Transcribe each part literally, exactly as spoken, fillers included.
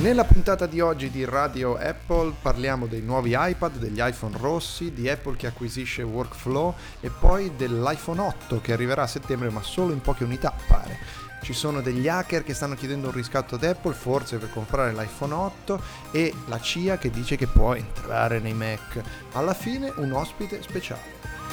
Nella puntata di oggi di Radio Apple parliamo dei nuovi iPad, degli iPhone rossi, di Apple che acquisisce Workflow e poi dell'iPhone otto che arriverà a settembre ma solo in poche unità pare. Ci sono degli hacker che stanno chiedendo un riscatto ad Apple, forse per comprare l'iPhone otto, e la C I A che dice che può entrare nei Mac. Alla fine un ospite speciale.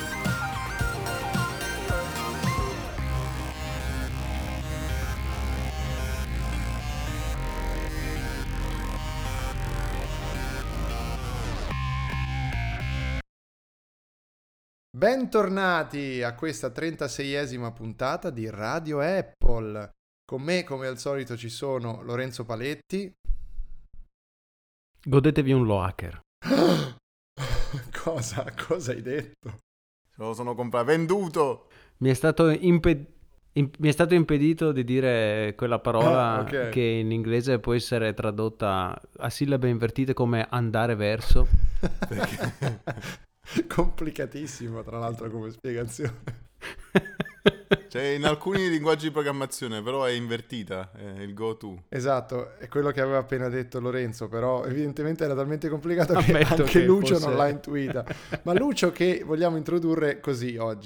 Bentornati a questa trentaseiesima puntata di Radio Apple. Con me, come al solito, ci sono Lorenzo Paletti. Godetevi un lo hacker. Cosa? Cosa hai detto? Se lo sono comprato, venduto! Mi è stato, impe- imp- mi è stato impedito di dire quella parola Ah, ok. che in inglese può essere tradotta a sillabe invertite come andare verso. Perché? Complicatissimo, tra l'altro, come spiegazione. Cioè, in alcuni linguaggi di programmazione, però è invertita, è il go to. Esatto, è quello che aveva appena detto Lorenzo, però evidentemente era talmente complicato che Ammetto anche che Lucio fosse- non l'ha intuita. Ma Lucio che vogliamo introdurre così oggi.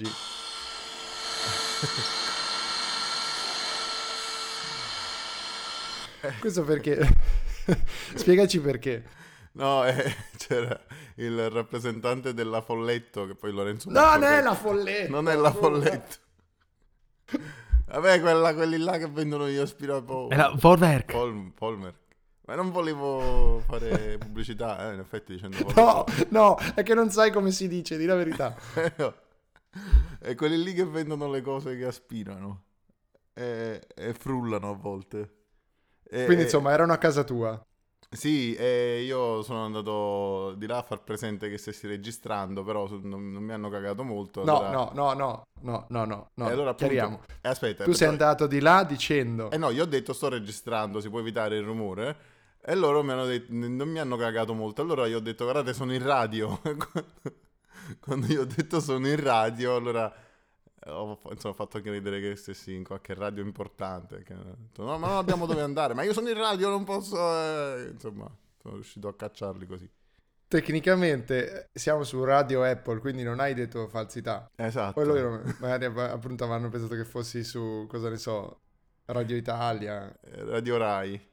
Questo perché? Spiegaci perché. No, eh, c'era il rappresentante della Folletto, che poi Lorenzo... No, Marco- non è la Folletto! Non è la Folletto. Vabbè, quella, quelli là che vendono gli aspirapolvere. Era Vorwerk. Pol- Polmer. Ma non volevo fare pubblicità, eh, in effetti dicendo... No, no, è che non sai come si dice, di la verità. E quelli lì che vendono le cose che aspirano e, e frullano a volte. E- Quindi e- insomma erano a casa tua. Sì, e io sono andato di là a far presente che stessi registrando, però su- non, non mi hanno cagato molto. No, allora- no, no, no, no, no, no, no, E allora appunto... chiariamo. eh, aspetta, Tu sei però- andato di là dicendo... Eh no, io ho detto sto registrando, si può evitare il rumore. E loro mi hanno detto, non mi hanno cagato molto. Allora io ho detto, guardate, sono in radio. Quando io ho detto sono in radio, allora ho, fa- insomma, ho fatto credere che stessi in qualche radio importante. Che ho detto, no, ma non abbiamo dove andare. Ma io sono in radio, non posso... eh." Insomma, sono riuscito a cacciarli così. Tecnicamente eh, siamo su Radio Apple, quindi non hai detto falsità. Esatto. Poi loro magari appunto avranno pensato che fossi su, cosa ne so, Radio Italia. Eh, Radio Rai.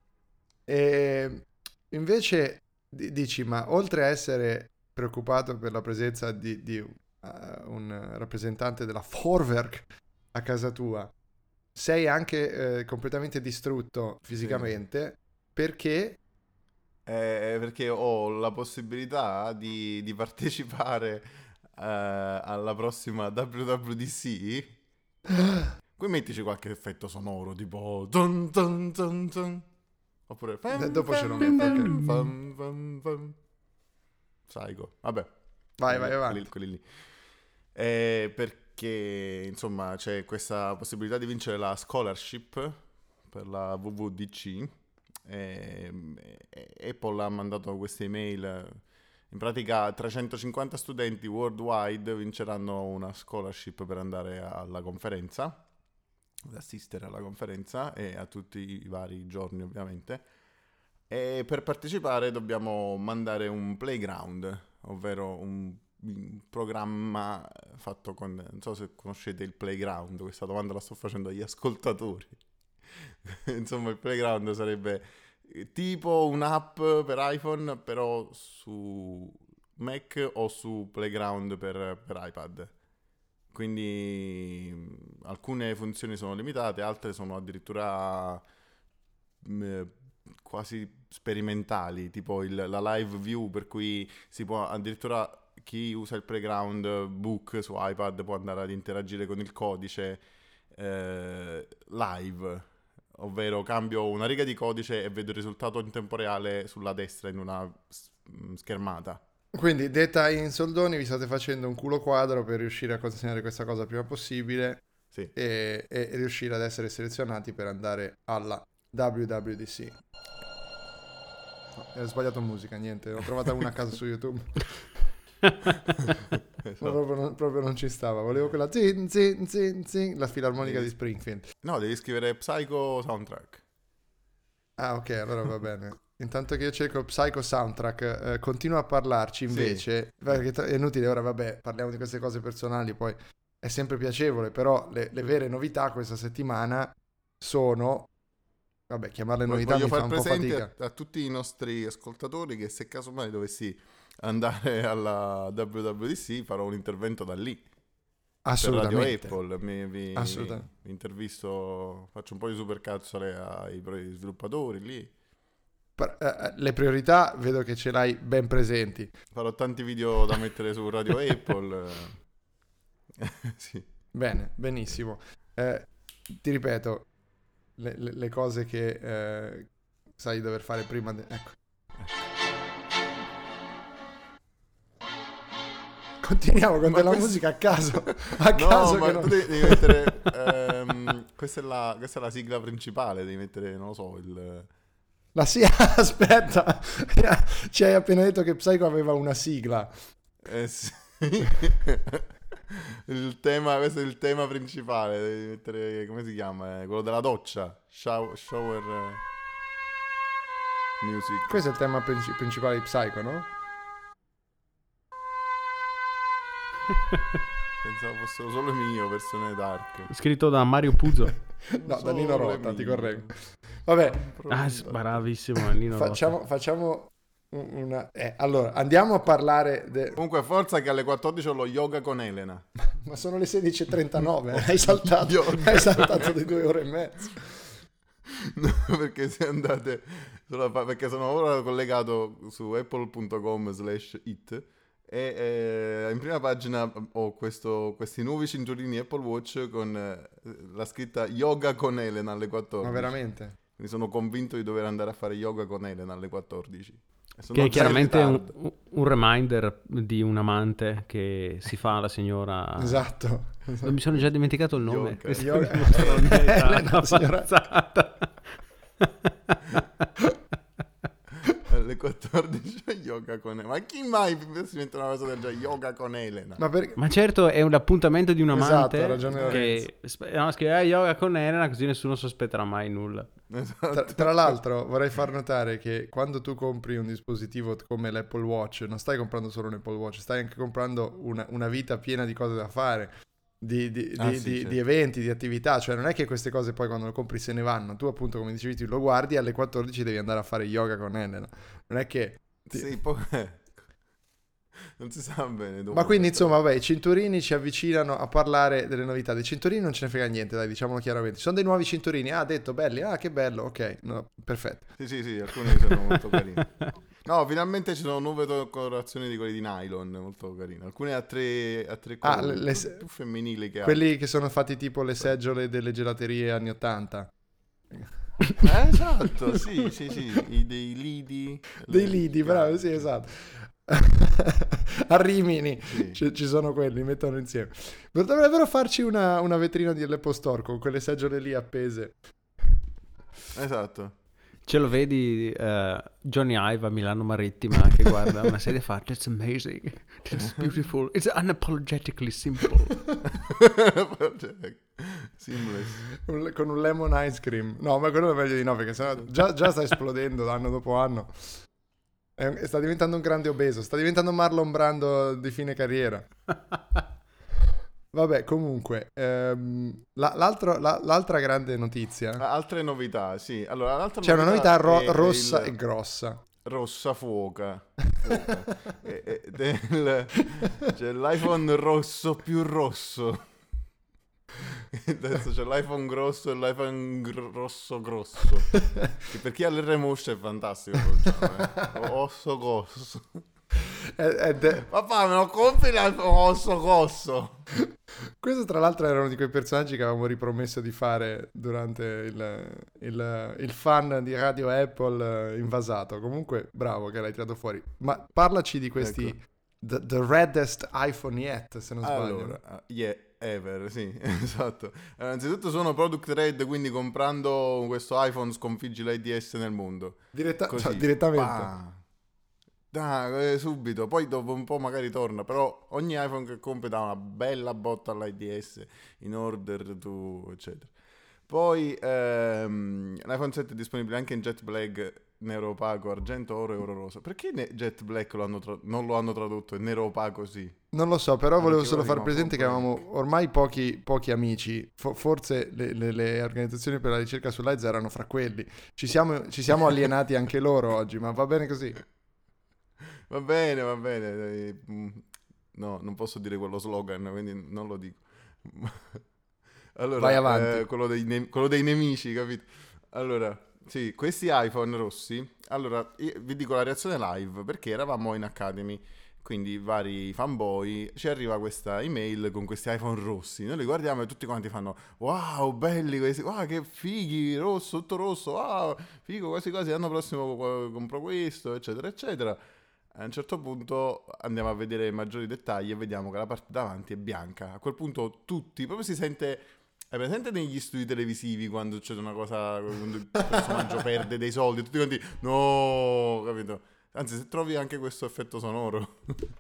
E invece di- dici, ma oltre a essere preoccupato per la presenza di, di, uh, un rappresentante della Vorwerk a casa tua, sei anche eh, completamente distrutto fisicamente perché... Eh, perché ho la possibilità di, di partecipare eh, alla prossima W W D C. Qui mettici qualche effetto sonoro tipo dun dun dun dun. Oppure fam, Eh, dopo ce lo fam, metto, ok. fam, fam, fam, fam. Psycho. Vabbè. Vai, vai Quelli- avanti. quelli- quelli lì. Eh, perché insomma c'è questa possibilità di vincere la scholarship per la W W D C. E, e Apple ha mandato queste email. In pratica trecentocinquanta studenti worldwide vinceranno una scholarship per andare alla conferenza, ad assistere alla conferenza e a tutti i vari giorni ovviamente. E per partecipare dobbiamo mandare un playground, ovvero un, un programma fatto con... Non so se conoscete il playground, questa domanda la sto facendo agli ascoltatori. Insomma, il playground sarebbe tipo un'app per iPhone, però su Mac o su Playground per, per iPad. Quindi mh, alcune funzioni sono limitate, altre sono addirittura mh, quasi sperimentali, tipo il- la live view, per cui si può addirittura chi usa il Playground Book su iPad può andare ad interagire con il codice eh, live, ovvero cambio una riga di codice e vedo il risultato in tempo reale sulla destra in una s- mh, schermata. Quindi, detta in soldoni, vi state facendo un culo quadro per riuscire a consegnare questa cosa prima possibile Sì. e, e riuscire ad essere selezionati per andare alla W W D C. No, ho sbagliato musica, niente, ho trovata una a caso su YouTube. Ma Esatto. proprio, non, proprio non ci stava, volevo quella zin, zin, zin, zin, la filarmonica di Springfield. No, devi scrivere Psycho Soundtrack. Ah, ok, allora va bene. Intanto che io cerco Psycho Soundtrack, eh, continua a parlarci invece, sì. Perché è inutile, ora vabbè, parliamo di queste cose personali, poi è sempre piacevole, però le, le vere novità questa settimana sono, vabbè, chiamarle novità Voglio mi far fa un po' presente fatica. A, a tutti i nostri ascoltatori che se casomai dovessi andare alla W W D C farò un intervento da lì. Assolutamente. Per Radio Apple mi, vi, Assolutamente. vi intervisto, faccio un po' di supercazzole ai sviluppatori lì. Le priorità vedo che ce l'hai ben presenti. Farò tanti video da mettere su Radio Apple. Sì. Bene, benissimo. Eh, ti ripeto, le, le, le cose che eh, sai di dover fare prima. De- ecco. Continuiamo con ma della questo... musica a caso. A no, caso ma che non... tu devi, devi mettere. Um, questa, è la, questa è la sigla principale. Devi mettere, non lo so, il. La sigla, aspetta, ci hai appena detto che Psycho aveva una sigla. Eh sì. Il tema, questo è il tema principale, devi mettere, come si chiama? Quello della doccia, shower, shower music. Questo è il tema princi- principale di Psycho, no? Pensavo fossero solo mio, versione dark. Scritto da Mario Puzo. No, da Nino Rota, ti correggo. Vabbè. Ah, bravissimo, Nino facciamo, Rota. Facciamo una... Eh, allora, andiamo a parlare... De... Comunque, forza che alle quattordici ho lo yoga con Elena. Ma sono le sedici e trentanove, hai saltato, hai saltato di due ore e mezza. No, perché se andate... Perché sono ora collegato su apple punto com slash it e eh, in prima pagina ho questo, questi nuovi cinturini Apple Watch con eh, la scritta yoga con Elena alle quattordici. Ma veramente? Quindi sono convinto di dover andare a fare yoga con Elena alle quattordici. Che è chiaramente un, un reminder di un amante che si fa alla signora. Esatto. Non mi sono già dimenticato il nome. Yoga. Elena, signora... alle quattordici yoga con Elena. Ma chi mai si mette una cosa del genere? Yoga con Elena. Ma, per... Ma certo è un appuntamento di un amante. Esatto, ragione che no, scrive eh, yoga con Elena, così nessuno sospetterà mai nulla. Esatto. Tra, tra l'altro vorrei far notare che quando tu compri un dispositivo come l'Apple Watch non stai comprando solo un Apple Watch, stai anche comprando una, una vita piena di cose da fare, di, di, ah, di, sì, di, certo. di eventi, di attività, cioè non è che queste cose poi quando lo compri se ne vanno, tu appunto come dicevi tu lo guardi e alle quattordici devi andare a fare yoga con Elena, non è che... Ti... Sì, poi... non si sa bene dove. Ma quindi insomma vabbè, i cinturini ci avvicinano a parlare delle novità. Dei cinturini non ce ne frega niente, dai, diciamolo chiaramente. Sono dei nuovi cinturini, ah, detto belli, ah, che bello, ok, no, perfetto. Sì, sì, sì, alcuni sono molto carini. No, finalmente ci sono nuove colorazioni di quelli di nylon, molto carine. Alcune a tre, a tre colori, ah, le, le, più, più femminili che quelli altri. Che sono fatti tipo le seggiole delle gelaterie anni ottanta. Eh, esatto, sì, sì, sì, I, dei lidi. Dei lidi, bravo, sì, esatto. A Rimini sì. ci, ci sono quelli, mettono insieme. Dovrebbero farci una, una vetrina di Apple Store con quelle seggiole lì appese. Esatto. Ce lo vedi uh, Johnny Ive a Milano Marittima che guarda una serie e fa That's amazing, that's beautiful, it's unapologetically simple. Seamless. Con un lemon ice cream. No, ma quello è meglio di no, perché sennò già, già sta esplodendo anno dopo anno. È, sta diventando un grande obeso, sta diventando Marlon Brando di fine carriera. Vabbè, comunque, ehm, la, l'altro, la, l'altra grande notizia... Altre novità, sì. Allora, l'altra c'è novità una novità ro- è rossa il... e grossa. Rossa fuoca. fuoca. e, e, del... C'è l'iPhone rosso più rosso. Adesso c'è l'iPhone grosso e l'iPhone gr- rosso grosso. Che per chi ha l'R moscia è fantastico. Eh. Osso grosso. Ed è... Papà, me lo compri l'iPhone osso grosso? Questo tra l'altro era uno di quei personaggi che avevamo ripromesso di fare durante il, il, il fan di Radio Apple invasato. Comunque bravo che l'hai tirato fuori. Ma parlaci di questi ecco. the, the reddest iPhone yet, se non sbaglio. Allora, uh, yeah, ever, sì, esatto. Allora, innanzitutto sono product red, quindi comprando questo iPhone sconfiggi l'AIDS nel mondo. Diretta- Così, cioè, direttamente. Bah. Dai, eh, subito, poi dopo un po' magari torna, però ogni iPhone che compri dà una bella botta all'AIDS in order to eccetera. Poi ehm, l'iPhone sette è disponibile anche in Jet Black, nero opaco, argento, oro e oro rosa. Perché ne- Jet Black lo hanno tra- non lo hanno tradotto e nero opaco sì? Non lo so, però Ah, volevo perché solo ora far si chiama presente che Flow avevamo Black. ormai pochi, pochi amici. Fo- forse le, le- le organizzazioni per la ricerca sull'AIDS erano fra quelli. Ci siamo, ci siamo alienati anche loro oggi, ma va bene così. Va bene, va bene. dai. Mm, No, non posso dire quello slogan, quindi non lo dico. Allora, Vai avanti. eh, quello, dei ne- quello dei nemici, capito? Allora, sì, questi iPhone rossi. Allora, io vi dico la reazione live, perché eravamo in Academy, quindi vari fanboy, ci arriva questa email con questi iPhone rossi. Noi li guardiamo e tutti quanti fanno, wow, belli questi, wow, che fighi, rosso, tutto rosso, wow, figo, quasi quasi l'anno prossimo eh, compro questo, eccetera, eccetera. A un certo punto andiamo a vedere maggiori dettagli e vediamo che la parte davanti è bianca. A quel punto tutti, proprio si sente... Hai presente negli studi televisivi quando c'è una cosa, quando il personaggio perde dei soldi, tutti quanti, no, capito? Anzi, se trovi anche questo effetto sonoro,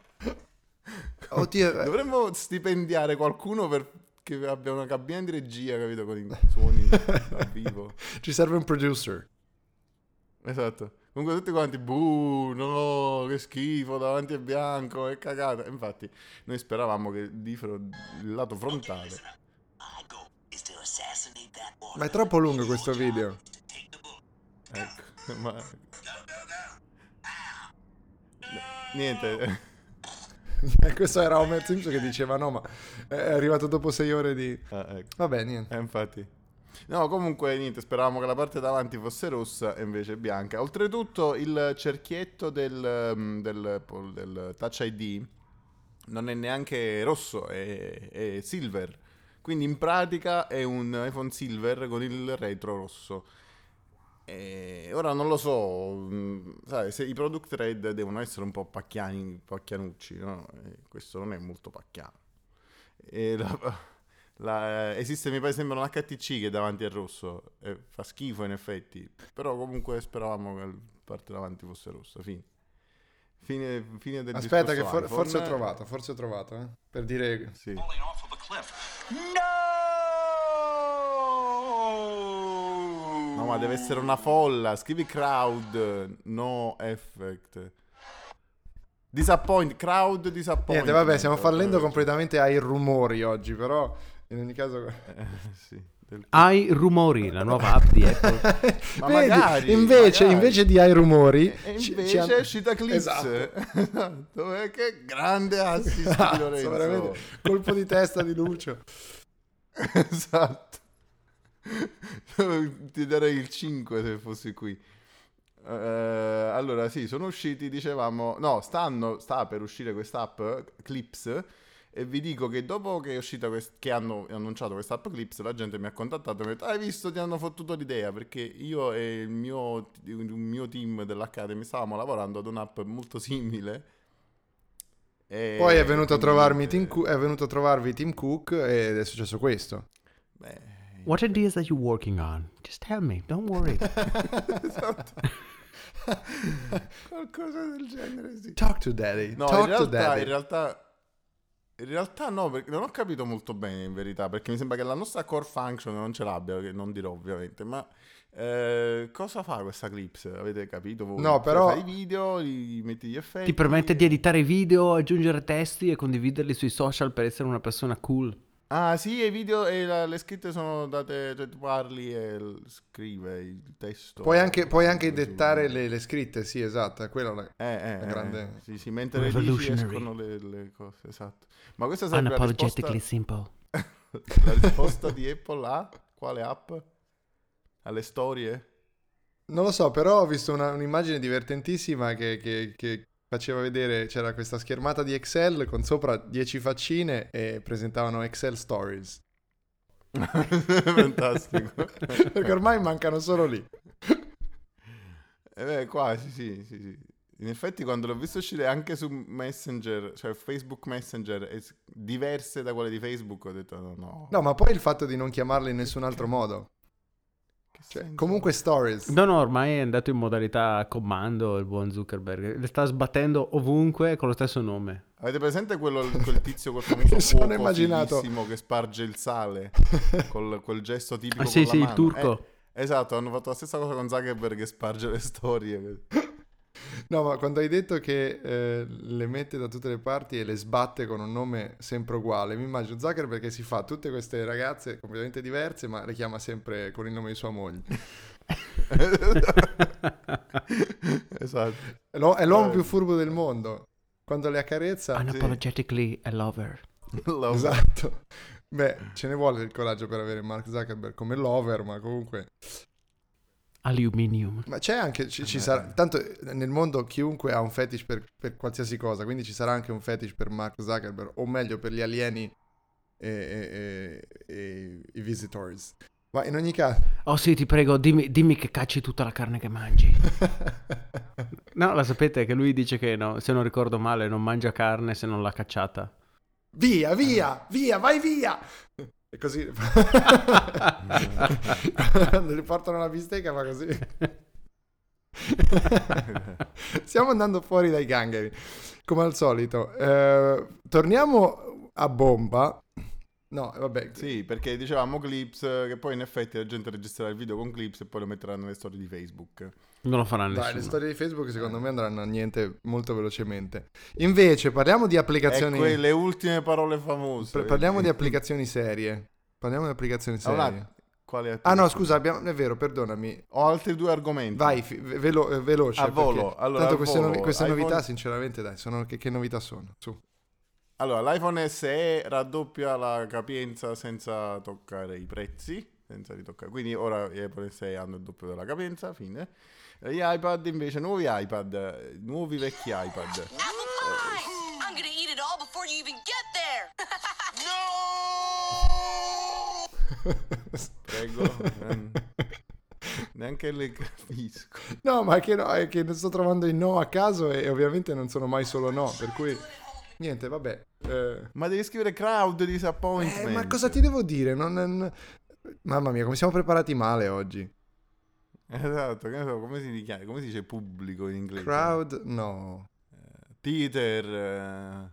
Oddio, eh, dovremmo stipendiare qualcuno per che abbia una cabina di regia, capito? Con i suoni dal vivo. ci serve un producer. Esatto. Comunque tutti quanti, buh, no, che schifo, davanti è bianco, è cagata. Infatti, noi speravamo che di fro- il lato frontale... Ma è troppo lungo questo video. Ecco, ma... Niente. Questo era Homer Simpson che diceva no, ma è arrivato dopo sei ore di... Ah, ecco. Vabbè, niente. Eh, infatti. No, comunque niente, speravamo che la parte davanti fosse rossa e invece bianca. Oltretutto il cerchietto del, mm, del, del Touch I D non è neanche rosso, è, è silver. Quindi in pratica è un iPhone silver con il retro rosso. E ora non lo so, mh, sai, se i product red devono essere un po' pacchiani, pacchianucci, no? E questo non è molto pacchiano. E la- la- esiste, mi pare, sembra un H T C che è davanti al rosso, e fa schifo in effetti, però comunque speravamo che la parte davanti fosse rossa, fine. Fine, fine del Aspetta che discorso for- iPhone. forse ho trovato, forse ho trovato, eh. Per dire... Sì. No, ma deve essere una folla. Scrivi crowd, no effect. Disappoint, crowd disappoint. Niente, vabbè, stiamo fallendo completamente ai rumori oggi, però in ogni caso... Eh, sì, del... Hai rumori, la nuova app di Apple. Ma Vedi, magari, invece, magari. invece di ai rumori... E, e ci- invece ci han- è uscita Clips. Esatto. Esatto. Eh, che grande assist di Esatto, Lorenzo. veramente, colpo di testa di Lucio. Esatto. Ti darei il cinque se fossi qui. Eh, allora, sì, sono usciti, dicevamo, no, stanno, sta per uscire quest'app Clips. E vi dico che dopo che è uscita quest- che hanno annunciato quest'app Clips, la gente mi ha contattato e mi ha detto: hai visto, ti hanno fottuto l'idea, perché io e il mio, il mio team dell'Academy stavamo lavorando ad un'app molto simile. E Poi è venuto, a quindi trovarmi niente. Tim Cook, è venuto a trovarvi Tim Cook ed è successo questo. Beh, What ideas are you working on? Just tell me, don't worry. esatto. Qualcosa del genere, sì. Talk to daddy, No, talk in to realtà, daddy. in realtà in realtà no, perché non ho capito molto bene in verità, perché mi sembra che la nostra core function non ce l'abbia, che non dirò ovviamente, ma eh, cosa fa questa Clips? Avete capito voi? No, Cioè, però- fai i video, li metti gli effetti. Ti permette di editare video, aggiungere testi e condividerli sui social per essere una persona cool. Ah sì, e i video e la- le scritte sono date, cioè tu parli e l- scrive il testo. Puoi anche, puoi anche Così. dettare le, le scritte, sì, esatto, è quella la... Eh, eh, la eh, grande- eh, sì, sì, mentre le dici Revolutionary. escono le, le cose, esatto. Ma questa sarebbe la risposta, Unapologetically simple. la risposta di Apple a quale app? Alle storie? Non lo so, però ho visto una- un'immagine divertentissima che, che- che faceva vedere, c'era questa schermata di Excel con sopra dieci faccine e presentavano Excel Stories. Fantastico. Perché ormai mancano solo lì. Eh beh, quasi, sì, sì, sì. In effetti quando l'ho visto uscire anche su Messenger, cioè Facebook Messenger, es- diverse da quelle di Facebook, ho detto no, no. No, ma poi il fatto di non chiamarli in nessun altro modo. Cioè, senso? comunque stories. No, no, ormai è andato in modalità comando il buon Zuckerberg. Le sta sbattendo ovunque con lo stesso nome. Avete presente quello, quel tizio col famoso Mi sono fuoco immaginato. fighissimo che sparge il sale col quel gesto tipico Ah, con sì, la sì, il mano? turco. Eh, esatto, hanno fatto la stessa cosa con Zuckerberg che sparge le storie. No, ma quando hai detto che eh, le mette da tutte le parti e le sbatte con un nome sempre uguale, mi immagino Zuckerberg che si fa tutte queste ragazze completamente diverse, ma le chiama sempre con il nome di sua moglie. Esatto. È, l'uo- è l'uomo Eh. più furbo del mondo. Quando le accarezza... Unapologetically a lover. Lover. Esatto. Beh, ce ne vuole il coraggio per avere Mark Zuckerberg come lover, ma comunque... Aluminium. Ma c'è anche, ci, ci sarà, tanto nel mondo chiunque ha un fetish per, per qualsiasi cosa, quindi ci sarà anche un fetish per Mark Zuckerberg, o meglio per gli alieni e, e- e- e i visitors. Ma in ogni caso... Oh sì, ti prego, dimmi, dimmi che cacci tutta la carne che mangi. No, la sapete che lui dice che no, se non ricordo male non mangia carne se non l'ha cacciata. Via, via, via, vai via! E così... Quando gli portano la bistecca fa così. Stiamo andando fuori dai gangheri, come al solito. Eh, torniamo a bomba. No, vabbè. Sì, perché dicevamo Clips, che poi in effetti la gente registrerà il video con Clips e poi lo metterà nelle storie di Facebook. Non lo farà nessuno. Dai, le storie di Facebook secondo me andranno a niente molto velocemente. Invece parliamo di applicazioni... E quelle ultime parole famose. Pre- parliamo di applicazioni serie. Parliamo di applicazioni Ah, serie. una- quale Ah applicazione? no, scusa, abbiamo... è vero, perdonami. Ho altri due argomenti. Vai, fi- velo- eh, veloce. A volo, perché allora, tanto a queste, volo, novi- queste iPhone- novità, sinceramente, dai, sono... che, che novità sono? Su. Allora, l'iPhone S E raddoppia la capienza senza toccare i prezzi, senza ritoccare. Quindi ora gli iPhone S E hanno il doppio della capienza, fine. E gli iPad invece, nuovi iPad, eh, nuovi vecchi iPad. Apple pie! I'm gonna eat it all before you even get there! Prego. ehm, Neanche le capisco. No, ma che no, è che ne sto trovando i no a caso e ovviamente non sono mai solo no, per cui... Niente, vabbè. Eh, Ma devi scrivere crowd disappointment. eh, ma cosa ti devo dire? Non, non- Mamma mia, come siamo preparati male oggi. Esatto, che ne so, come si dichiara? Come si dice pubblico in inglese? Crowd, no. Theater. eh,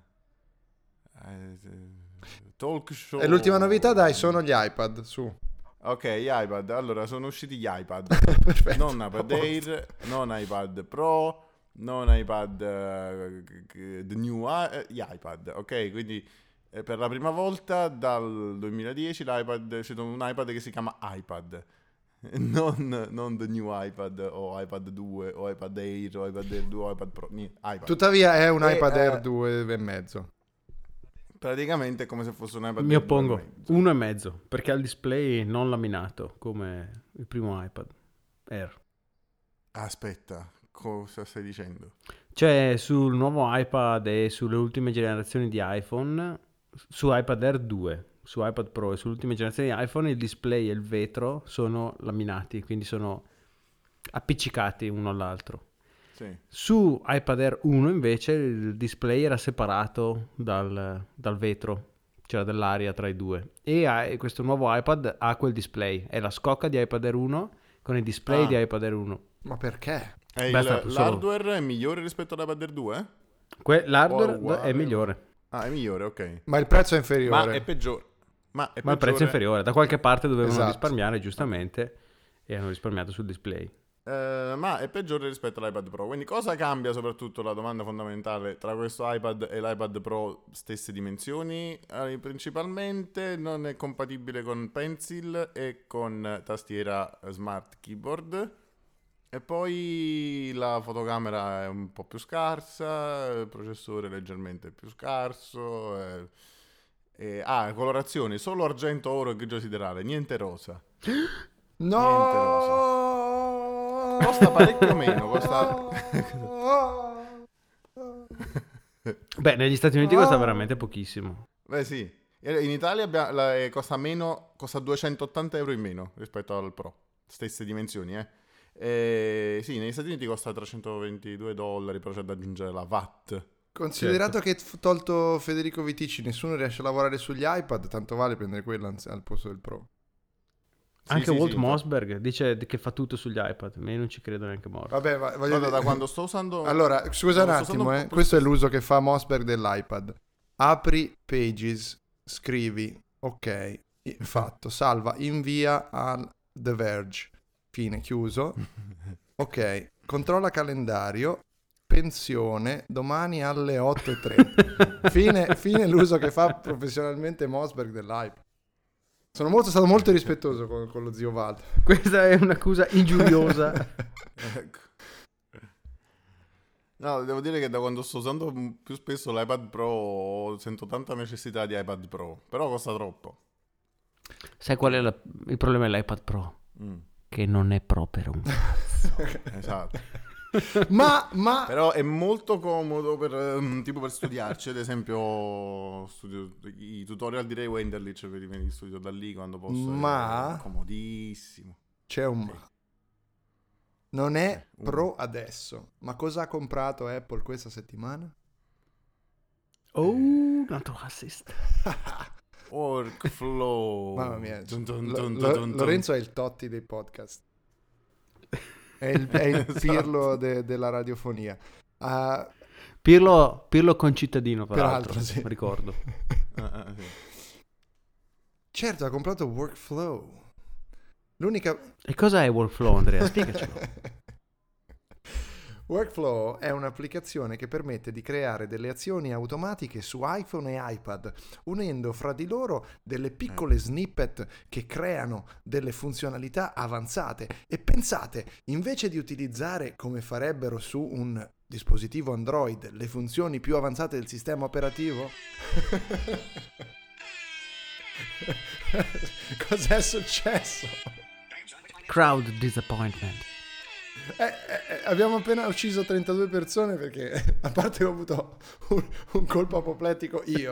eh, talk show. E l'ultima novità, dai, sono gli iPad, su. Ok, gli iPad. Allora, sono usciti gli iPad. Perfetto. Non iPad Air, non iPad Pro, non iPad eh, the new i- eh, gli iPad, ok? Quindi eh, per la prima volta dal duemiladieci l'iPad c'è un iPad che si chiama iPad. Non, non the new iPad o iPad due o iPad Air o iPad Air due o iPad Pro, niente, iPad. Tuttavia è un E, iPad eh, Air due e mezzo. Praticamente è come se fosse un iPad Mi Air due e oppongo. mezzo. Uno e mezzo, perché ha il display non laminato, come il primo iPad Air. Aspetta, cosa stai dicendo? Cioè, sul nuovo iPad e sulle ultime generazioni di iPhone, su iPad Air due, su iPad Pro e sulle ultime generazioni di iPhone, il display e il vetro sono laminati, quindi sono appiccicati uno all'altro. Sì. Su iPad Air uno invece il display era separato dal, dal vetro, c'era dell'aria tra i due. E, ha- e questo nuovo iPad ha quel display, è la scocca di iPad Air uno con il display Ah. di iPad Air uno. Ma perché? E Beh, il- sta- solo- l'hardware è migliore rispetto all'iPad Air due? Que- l'hardware O uguale, è migliore, Ah, è migliore, ok. Ma il prezzo è Ma inferiore. è peggiore. Ma, è ma il prezzo è inferiore. Da qualche parte dovevano Esatto. risparmiare, giustamente, e hanno risparmiato sul display. Eh, ma è peggiore rispetto all'iPad Pro. Quindi cosa cambia soprattutto la domanda fondamentale tra questo iPad e l'iPad Pro stesse dimensioni? Eh, principalmente non è compatibile con Pencil e con tastiera Smart Keyboard. E poi la fotocamera è un po' più scarsa, il processore leggermente più scarso. eh, e- ah, colorazioni, solo argento, oro e grigio siderale, niente rosa. No! Costa parecchio meno, costa... Beh, negli Stati Uniti costa veramente pochissimo. Beh sì, in Italia abbia- la- eh, costa meno, costa duecentottanta euro in meno rispetto al Pro, stesse dimensioni, eh. E sì, negli Stati Uniti costa trecentoventidue dollari, però c'è da aggiungere la V A T. Considerato che f- tolto Federico Viticci nessuno riesce a lavorare sugli iPad, tanto vale prendere quello anzi- al posto del Pro. Anche sì, Walt sì, Mossberg dice che fa tutto sugli iPad, ma io non ci credo neanche morto. Vabbè, va- voglio Guarda, dire- da quando sto usando... Allora, scusa un quando sto attimo, usando eh. un po' Questo è più l'uso che fa Mossberg dell'iPad. Apri Pages, scrivi, ok, i- fatto, salva, invia al The Verge, fine, chiuso. Ok, controlla calendario, pensione, domani alle otto e trenta. fine, fine l'uso che fa professionalmente Mossberg dell'iPad. Sono molto, stato molto rispettoso con, con lo zio Walter. Questa è un'accusa ingiuriosa. Ecco. No, devo dire che da quando sto usando più spesso l'iPad Pro sento tanta necessità di iPad Pro, però costa troppo. Sai qual è la- il problema dell'iPad Pro? Mm, Che non è Pro per un esatto. ma, ma... Però è molto comodo per, ehm, tipo per studiarci, ad esempio studio, i tutorial di Ray Wenderlich per i miei studio da lì quando posso. Ma- È comodissimo. C'è un ma. Non è Eh, un- Pro adesso. Ma cosa ha comprato Apple questa settimana? Oh, un altro assist. Workflow. Mamma mia, Dun dun Lo- dun Lo- dun dun dun. Lorenzo è il Totti dei podcast. È il, è il Esatto. Pirlo de- della radiofonia. Ah, Pirlo, Pirlo concittadino, peraltro, peraltro, sì. ricordo. Ah, ah, sì. Certo, ha comprato Workflow. L'unica... E cosa è Workflow, Andrea? Spiegacelo. Workflow è un'applicazione che permette di creare delle azioni automatiche su iPhone e iPad, unendo fra di loro delle piccole snippet che creano delle funzionalità avanzate. E pensate, invece di utilizzare, come farebbero su un dispositivo Android, le funzioni più avanzate del sistema operativo? Cos'è successo? Crowd disappointment. Eh, eh, abbiamo appena ucciso trentadue persone perché, a parte che ho avuto un, un colpo apopletico io,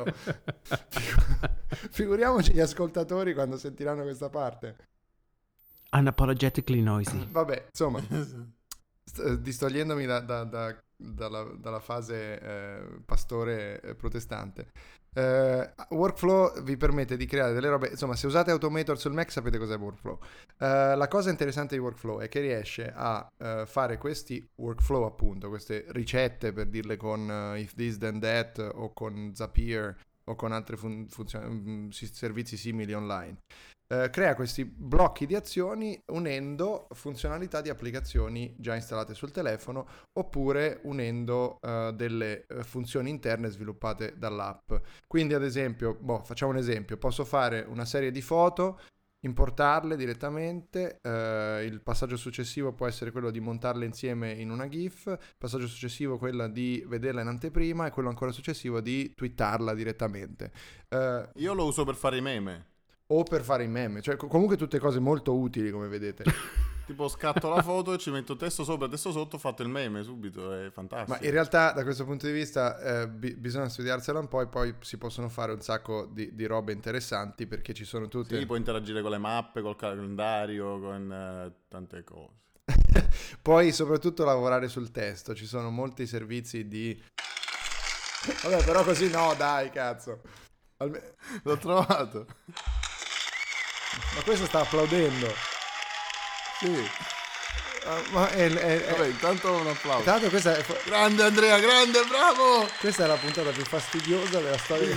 figuriamoci gli ascoltatori quando sentiranno questa parte. Unapologetically noisy. Vabbè, insomma, st- distogliendomi da- da- da- dalla, dalla fase eh, pastore eh, protestante. Eh, Workflow vi permette di creare delle robe, insomma, se usate Automator sul Mac sapete cos'è Workflow. Eh, la cosa interessante di Workflow è che riesce a eh, fare questi workflow, appunto, queste ricette, per dirle con eh, If This Then That o con Zapier o con altri fun- funzioni- mm, si- servizi simili online. Eh, crea questi blocchi di azioni unendo funzionalità di applicazioni già installate sul telefono oppure unendo eh, delle eh, funzioni interne sviluppate dall'app. Quindi ad esempio, boh, facciamo un esempio, posso fare una serie di foto, importarle direttamente, eh, il passaggio successivo può essere quello di montarle insieme in una GIF, il passaggio successivo quello di vederla in anteprima e quello ancora successivo di twittarla direttamente. Eh, Io lo uso per fare i meme. o per fare i meme, cioè co- comunque tutte cose molto utili, come vedete. Tipo scatto la foto e ci metto testo sopra, testo sotto, ho fatto il meme subito, è fantastico. Ma in realtà da questo punto di vista eh, bi- bisogna studiarsela un po' e poi si possono fare un sacco di, di robe interessanti perché ci sono tutte... Sì, puoi interagire con le mappe, col calendario, con eh, tante cose. Poi soprattutto lavorare sul testo, ci sono molti servizi di... Vabbè, però così no, dai, cazzo. Alme- L'ho trovato. Ma questo sta applaudendo. Sì. Ah, ma è, è- è- Vabbè, intanto un applauso. Tanto questa è, Grande Andrea, grande, bravo! questa è la puntata più fastidiosa della storia.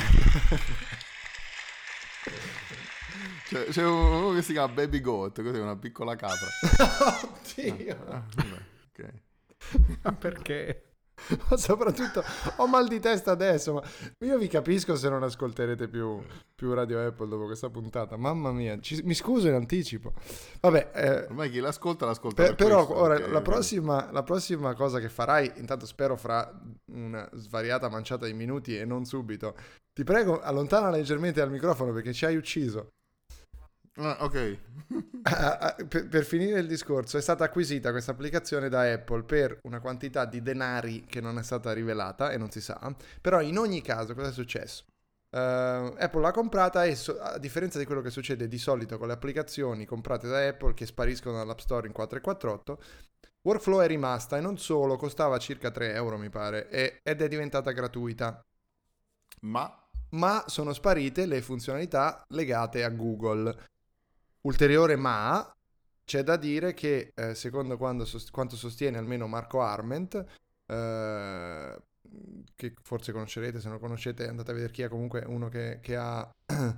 C'è, c'è uno che si chiama Baby Goat, così una piccola capra. Oddio. Ah, vabbè, ok. Ma perché? Ma soprattutto ho mal di testa adesso, ma io vi capisco se non ascolterete più, più Radio Apple dopo questa puntata. Mamma mia, ci- mi scuso in anticipo. Vabbè, eh, Ormai chi l'ascolta l'ascolta per- per però questo, ora perché- la prossima, la prossima cosa che farai, intanto spero fra una svariata manciata di minuti e non subito, ti prego allontana leggermente dal microfono perché ci hai ucciso. Ah, ok. Ah, ah, per, per finire il discorso, è stata acquisita questa applicazione da Apple per una quantità di denari che non è stata rivelata e non si sa, però in ogni caso cosa è successo? Uh, Apple l'ha comprata e so- a differenza di quello che succede di solito con le applicazioni comprate da Apple che spariscono dall'App Store in quattro e quarantotto, Workflow è rimasta e non solo, costava circa tre euro mi pare e- ed è diventata gratuita, Ma ma sono sparite le funzionalità legate a Google. ulteriore ma c'è da dire che eh, secondo quando sost- quanto sostiene almeno Marco Arment, eh, che forse conoscerete, se non lo conoscete andate a vedere chi è, comunque uno che, che ha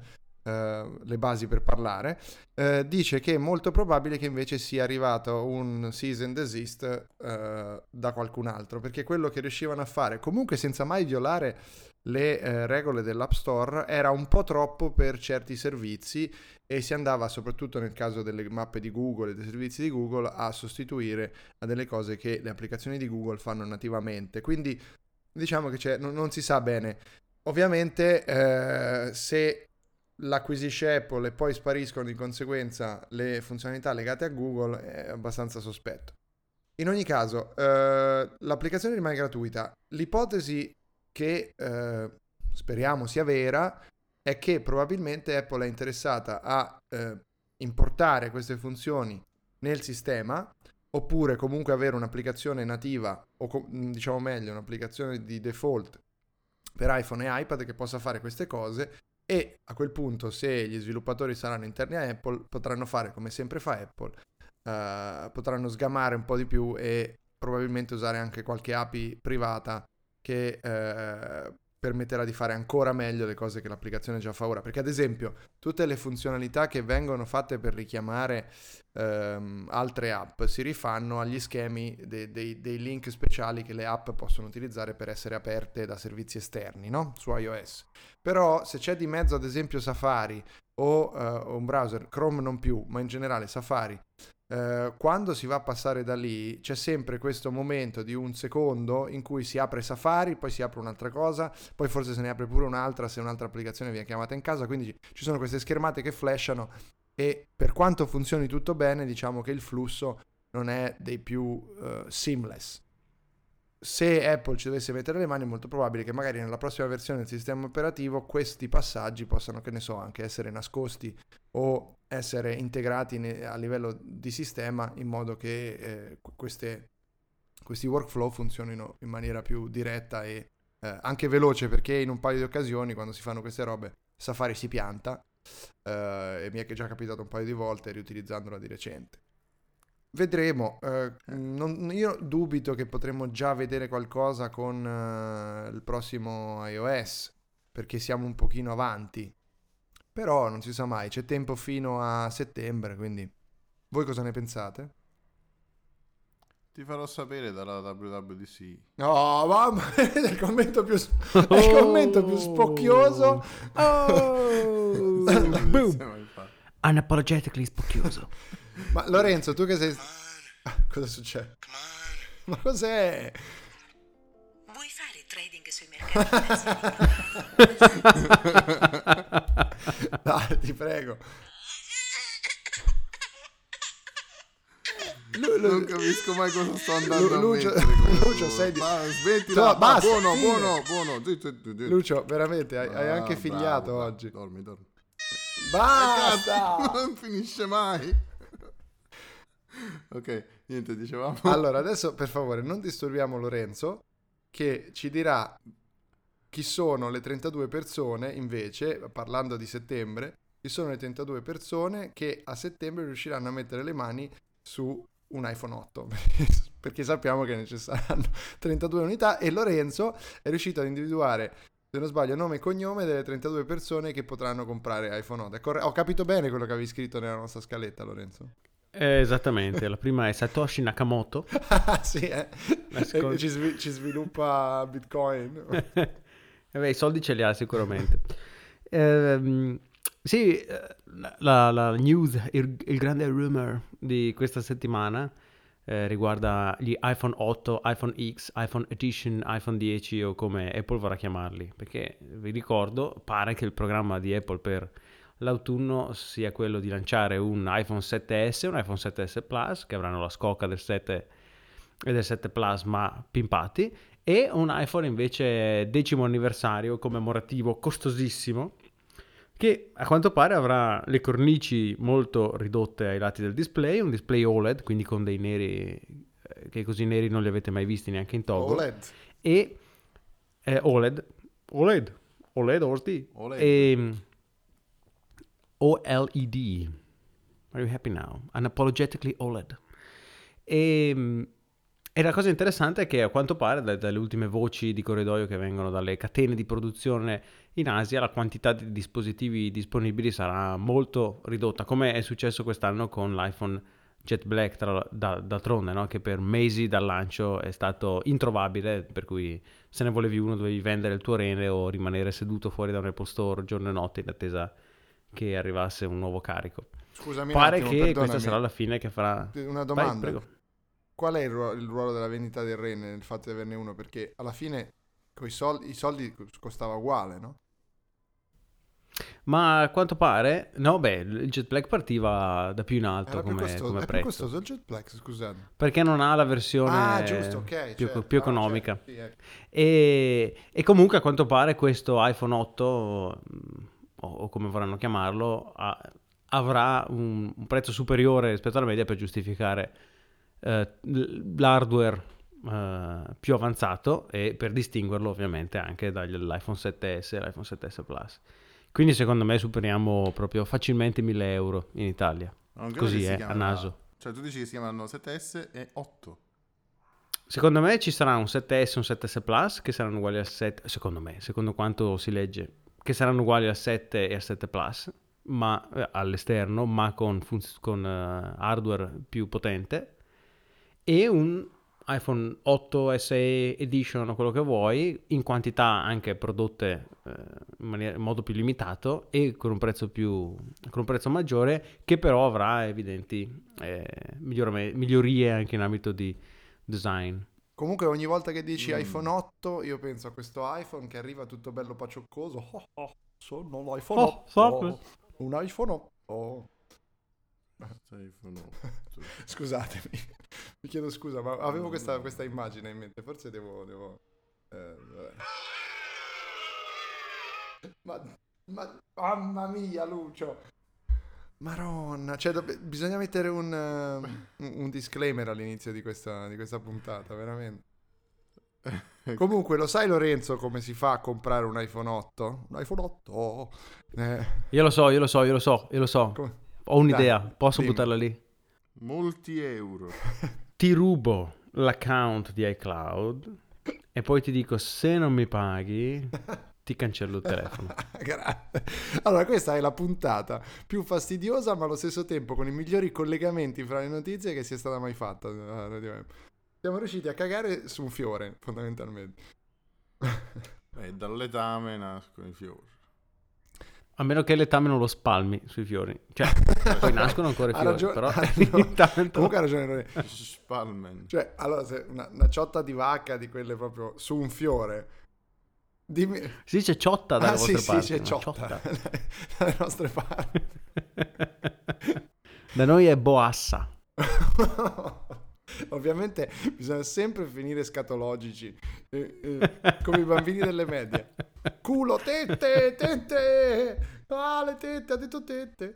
eh, le basi per parlare, eh, dice che è molto probabile che invece sia arrivato un cease and desist eh, da qualcun altro, perché quello che riuscivano a fare, comunque senza mai violare le eh, regole dell'App Store, era un po' troppo per certi servizi e si andava, soprattutto nel caso delle mappe di Google e dei servizi di Google, a sostituire a delle cose che le applicazioni di Google fanno nativamente. Quindi diciamo che c'è, non, non si sa bene. Ovviamente eh, se l'acquisisce Apple e poi spariscono di conseguenza le funzionalità legate a Google è abbastanza sospetto. In ogni caso, eh, l'applicazione rimane gratuita. L'ipotesi che eh, speriamo sia vera è che probabilmente Apple è interessata a eh, importare queste funzioni nel sistema, oppure comunque avere un'applicazione nativa, o co- diciamo meglio un'applicazione di default per iPhone e iPad che possa fare queste cose, e a quel punto, se gli sviluppatori saranno interni a Apple, potranno fare come sempre fa Apple, eh, potranno sgamare un po' di più e probabilmente usare anche qualche A P I privata che eh, permetterà di fare ancora meglio le cose che l'applicazione già fa ora. Perché ad esempio tutte le funzionalità che vengono fatte per richiamare ehm, altre app si rifanno agli schemi de- de- dei link speciali che le app possono utilizzare per essere aperte da servizi esterni, no? Su iOS. Però se c'è di mezzo ad esempio Safari o uh, un browser, Chrome non più, ma in generale Safari, Uh, quando si va a passare da lì c'è sempre questo momento di un secondo in cui si apre Safari, poi si apre un'altra cosa, poi forse se ne apre pure un'altra se un'altra applicazione viene chiamata in casa, quindi ci sono queste schermate che flashano e per quanto funzioni tutto bene diciamo che il flusso non è dei più uh, seamless. Se Apple ci dovesse mettere le mani è molto probabile che magari nella prossima versione del sistema operativo questi passaggi possano, che ne so, anche essere nascosti o essere integrati ne- a livello di sistema in modo che eh, queste, questi workflow funzionino in maniera più diretta e eh, anche veloce, perché in un paio di occasioni quando si fanno queste robe Safari si pianta eh, e mi è già capitato un paio di volte riutilizzandola di recente. Vedremo, eh, non- io dubito che potremo già vedere qualcosa con eh, il prossimo iOS, perché siamo un pochino avanti, però non si sa mai, c'è tempo fino a settembre, quindi voi cosa ne pensate? Ti farò sapere dalla W W D C. No, mamma, è il commento più, è il commento più spocchioso. Oh! Non Boom! si è mai fatto. Unapologetically spocchioso. Ma Lorenzo, tu che sei... Ah, cosa succede? Ma cos'è? Vuoi fare trading sui mercati finanziari? Dai, ti prego. Lu- lu- Non capisco mai cosa sto andando Lu- Lucio- a mettere. come Lucio, tu. sei di- Ma smettila, No, ma basta, buono, fine. buono, buono. Zitto, zitto, zitto. Lucio, veramente, hai, hai Ah, anche bravo, figliato bravo. oggi. Dormi, dormi. Basta! Non finisce mai. Ok, niente, dicevamo. Allora, adesso per favore non disturbiamo Lorenzo, che ci dirà chi sono le trentadue persone, invece, parlando di settembre, chi sono le trentadue persone che a settembre riusciranno a mettere le mani su un iPhone otto, perché sappiamo che ne ci saranno trentadue unità e Lorenzo è riuscito ad individuare, se non sbaglio, nome e cognome delle trentadue persone che potranno comprare iPhone otto. È corre- Ho capito bene quello che avevi scritto nella nostra scaletta, Lorenzo? Eh, esattamente, la prima è Satoshi Nakamoto. Ah, sì, eh. Nascon- E ci, svi- ci sviluppa Bitcoin. Eh beh, i soldi ce li ha sicuramente. Ehm, sì, eh, la, la news, il, il grande rumor di questa settimana eh, riguarda gli iPhone otto, iPhone X, iPhone Edition, iPhone dieci o come Apple vorrà chiamarli, perché vi ricordo, pare che il programma di Apple per l'autunno sia quello di lanciare un iPhone sette S, un iPhone sette S Plus, che avranno la scocca del sette e del sette Plus ma pimpati, e un iPhone invece decimo anniversario commemorativo costosissimo, che a quanto pare avrà le cornici molto ridotte ai lati del display, un display O L E D, quindi con dei neri eh, che così neri non li avete mai visti neanche in Togo, O L E D. e eh, O L E D, O L E D, O L E D, O L E D, O L E D. e O L E D, Are you happy now? Unapologetically O L E D. E, e la cosa interessante è che a quanto pare, da- dalle ultime voci di corridoio che vengono dalle catene di produzione in Asia, la quantità di dispositivi disponibili sarà molto ridotta, come è successo quest'anno con l'iPhone Jet Black, tra, da, d'altronde, no? Che per mesi dal lancio è stato introvabile, per cui se ne volevi uno dovevi vendere il tuo rene o rimanere seduto fuori da un Apple Store giorno e notte in attesa che arrivasse un nuovo carico. Scusami Pare un attimo, che perdonami. questa sarà la fine che farà... Una Vai, domanda. prego. Qual è il, ruolo, il ruolo della vendita del rene nel fatto di averne uno? Perché alla fine coi soldi, i soldi costava uguale, no? Ma a quanto pare, no, beh, il Jet Black partiva da più in alto Era più come, costoso, come è più prezzo, costoso il Jet Black, scusate. perché non ha la versione Ah, giusto, ok. più, certo. più Ah, economica. certo, sì, ecco. E, e comunque a quanto pare questo iPhone otto, mh, o, o come vorranno chiamarlo, ha- avrà un, un prezzo superiore rispetto alla media per giustificare eh, l- l'hardware eh, più avanzato e per distinguerlo ovviamente anche dall'iPhone sette S e l'iPhone sette S Plus. Quindi secondo me superiamo proprio facilmente mille euro in Italia. Non credo Così che si è, a chiamano- naso. Cioè, tu dici che si chiamano sette S e otto. Secondo me ci sarà un sette S e un sette S Plus che saranno uguali al sette, secondo me, secondo quanto si legge, che saranno uguali al sette e al sette Plus, ma eh, all'esterno, ma con, funz- con eh, hardware più potente, e un iPhone otto S E Edition o quello che vuoi, in quantità anche prodotte eh, in, maniera- in modo più limitato e con un prezzo più con un prezzo maggiore, che però avrà evidenti eh, migliorame- migliorie anche in ambito di design. Comunque ogni volta che dici Mm. iPhone otto io penso a questo iPhone che arriva tutto bello pacioccoso. Oh, oh, sono l'iPhone Oh, otto. salve. Un iPhone otto. iPhone otto. Scusatemi, mi chiedo scusa, ma avevo questa, questa immagine in mente, forse devo... devo eh, vabbè. ma, ma, mamma mia, Lucio! Maronna, cioè dobb- bisogna mettere un, eh, un, un disclaimer all'inizio di questa, di questa puntata, veramente. Comunque, lo sai Lorenzo come si fa a comprare un iPhone otto? Un iPhone otto? Eh, Io lo so, io lo so, io lo so, io lo so. come- Ho un'idea, Dai, posso dimmi. buttarla lì? Molti euro. Ti rubo l'account di iCloud e poi ti dico se non mi paghi ti cancello il telefono. Grazie. Allora, questa è la puntata più fastidiosa, ma allo stesso tempo con i migliori collegamenti fra le notizie che sia stata mai fatta. Siamo riusciti a cagare su un fiore, fondamentalmente. E dal letame nascono i fiori. A meno che letame non lo spalmi sui fiori. Cioè, poi nascono ancora i Ha fiori, ragione- però ha ragione. intanto... Comunque ha ragione Lorenzo. Spalmen. Cioè, allora, se una, una ciotta di vacca di quelle proprio su un fiore, dimmi... Si dice ciotta dalle Ah, sì, vostre sì, parti. c'è no? ciotta. Dalle nostre parti. Da noi è boassa. Ovviamente bisogna sempre finire scatologici, eh, eh, come i bambini delle medie. Culo, tette, tette! Ah, le tette, ha detto tette.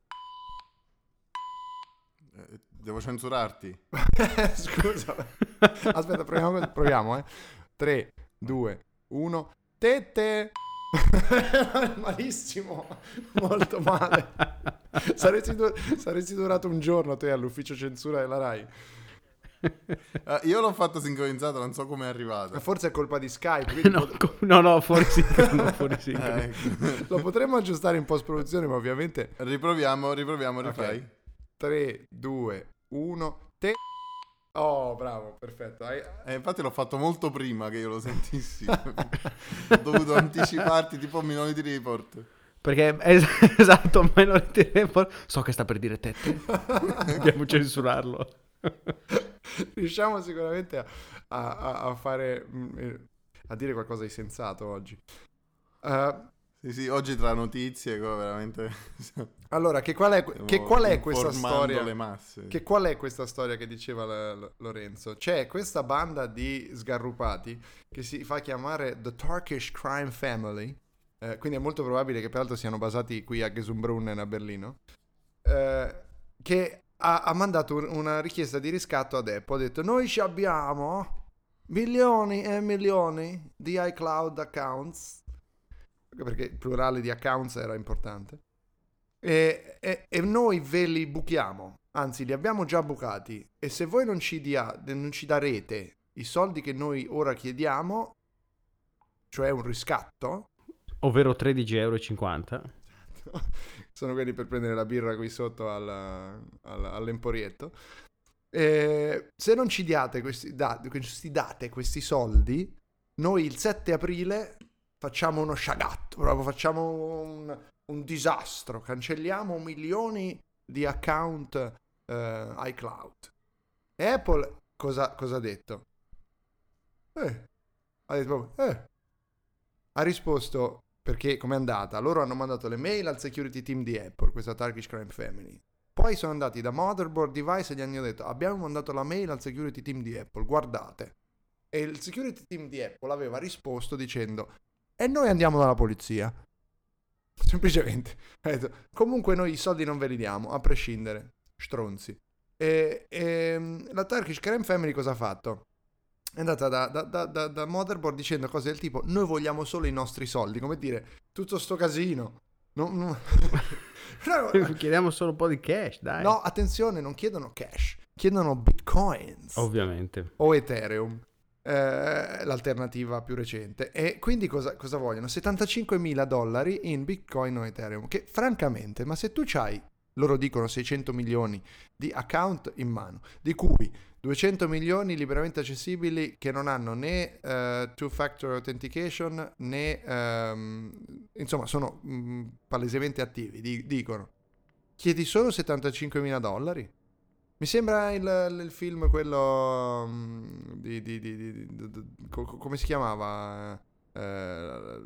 Eh, Devo censurarti. Scusa. Aspetta, proviamo, proviamo eh. tre, due, uno. Tette! Malissimo, molto male. Saresti, du- saresti durato un giorno te all'ufficio censura della Rai. Eh, io l'ho fatto sincronizzato, non so come è arrivato. Forse è colpa di Skype, quindi No, pot- co- no, no, fuori sincrono, fuori Eh, sincrono. ecco. lo potremmo aggiustare in post produzione, ma ovviamente Riproviamo, riproviamo, Ok. rifai. tre, due, uno. Te. Oh, bravo, perfetto. Hai- Eh, infatti l'ho fatto molto prima che io lo sentissi. Ho dovuto anticiparti tipo Minority Report. Perché es- esatto, Minority Report, so che sta per dire tette. Dobbiamo censurarlo. Riusciamo sicuramente a, a- a- a fare mm, eh, a dire qualcosa di sensato oggi. Eh, Sì, sì, oggi tra notizie, co- veramente. allora, che qual è, stiamo che qual è questa informando storia? le masse. Che qual è questa storia che diceva la- la- Lorenzo? C'è questa banda di sgarrupati che si fa chiamare The Turkish Crime Family, eh, quindi è molto probabile che peraltro siano basati qui a Gesumbrunn a Berlino, eh, che ha, ha mandato un- una richiesta di riscatto ad Apple. Ha detto: noi ci abbiamo milioni e milioni di iCloud accounts, perché il plurale di accounts era importante. E, e, e noi ve li buchiamo, anzi li abbiamo già bucati, e se voi non ci, dia, non ci darete i soldi che noi ora chiediamo, cioè un riscatto, ovvero tredici e cinquanta euro, sono quelli per prendere la birra qui sotto al, al, all'Emporietto, e se non ci diate questi, da, questi date questi soldi, noi il sette aprile facciamo uno sciagatto, proprio facciamo un, un disastro, cancelliamo milioni di account eh, iCloud. E Apple cosa, cosa ha detto? Eh, ha detto proprio, eh. Ha risposto, perché com'è andata? Loro hanno mandato le mail al security team di Apple, questa Turkish Crime Family. Poi sono andati da Motherboard Device e gli hanno detto: abbiamo mandato la mail al security team di Apple, guardate. E il security team di Apple aveva risposto dicendo: e noi andiamo dalla polizia. Semplicemente. Ha detto: comunque noi i soldi non ve li diamo, a prescindere. Stronzi. E, e la Turkish Crime Family cosa ha fatto? È andata da, da, da, da, da Motherboard dicendo cose del tipo: noi vogliamo solo i nostri soldi. Come dire, tutto sto casino. Non, non... no, chiediamo solo un po' di cash, dai. No, attenzione, non chiedono cash, chiedono bitcoins. Ovviamente. O Ethereum. Eh, l'alternativa più recente. E quindi cosa, cosa vogliono? settantacinquemila dollari in Bitcoin o Ethereum, che francamente, ma se tu c'hai, loro dicono seicento milioni di account in mano, di cui duecento milioni liberamente accessibili che non hanno né uh, two-factor authentication né um, insomma sono um, palesemente attivi, di, dicono chiedi solo settantacinquemila dollari. Mi sembra il, il film quello um, di, di, di, di, di, di co, come si chiamava? Eh,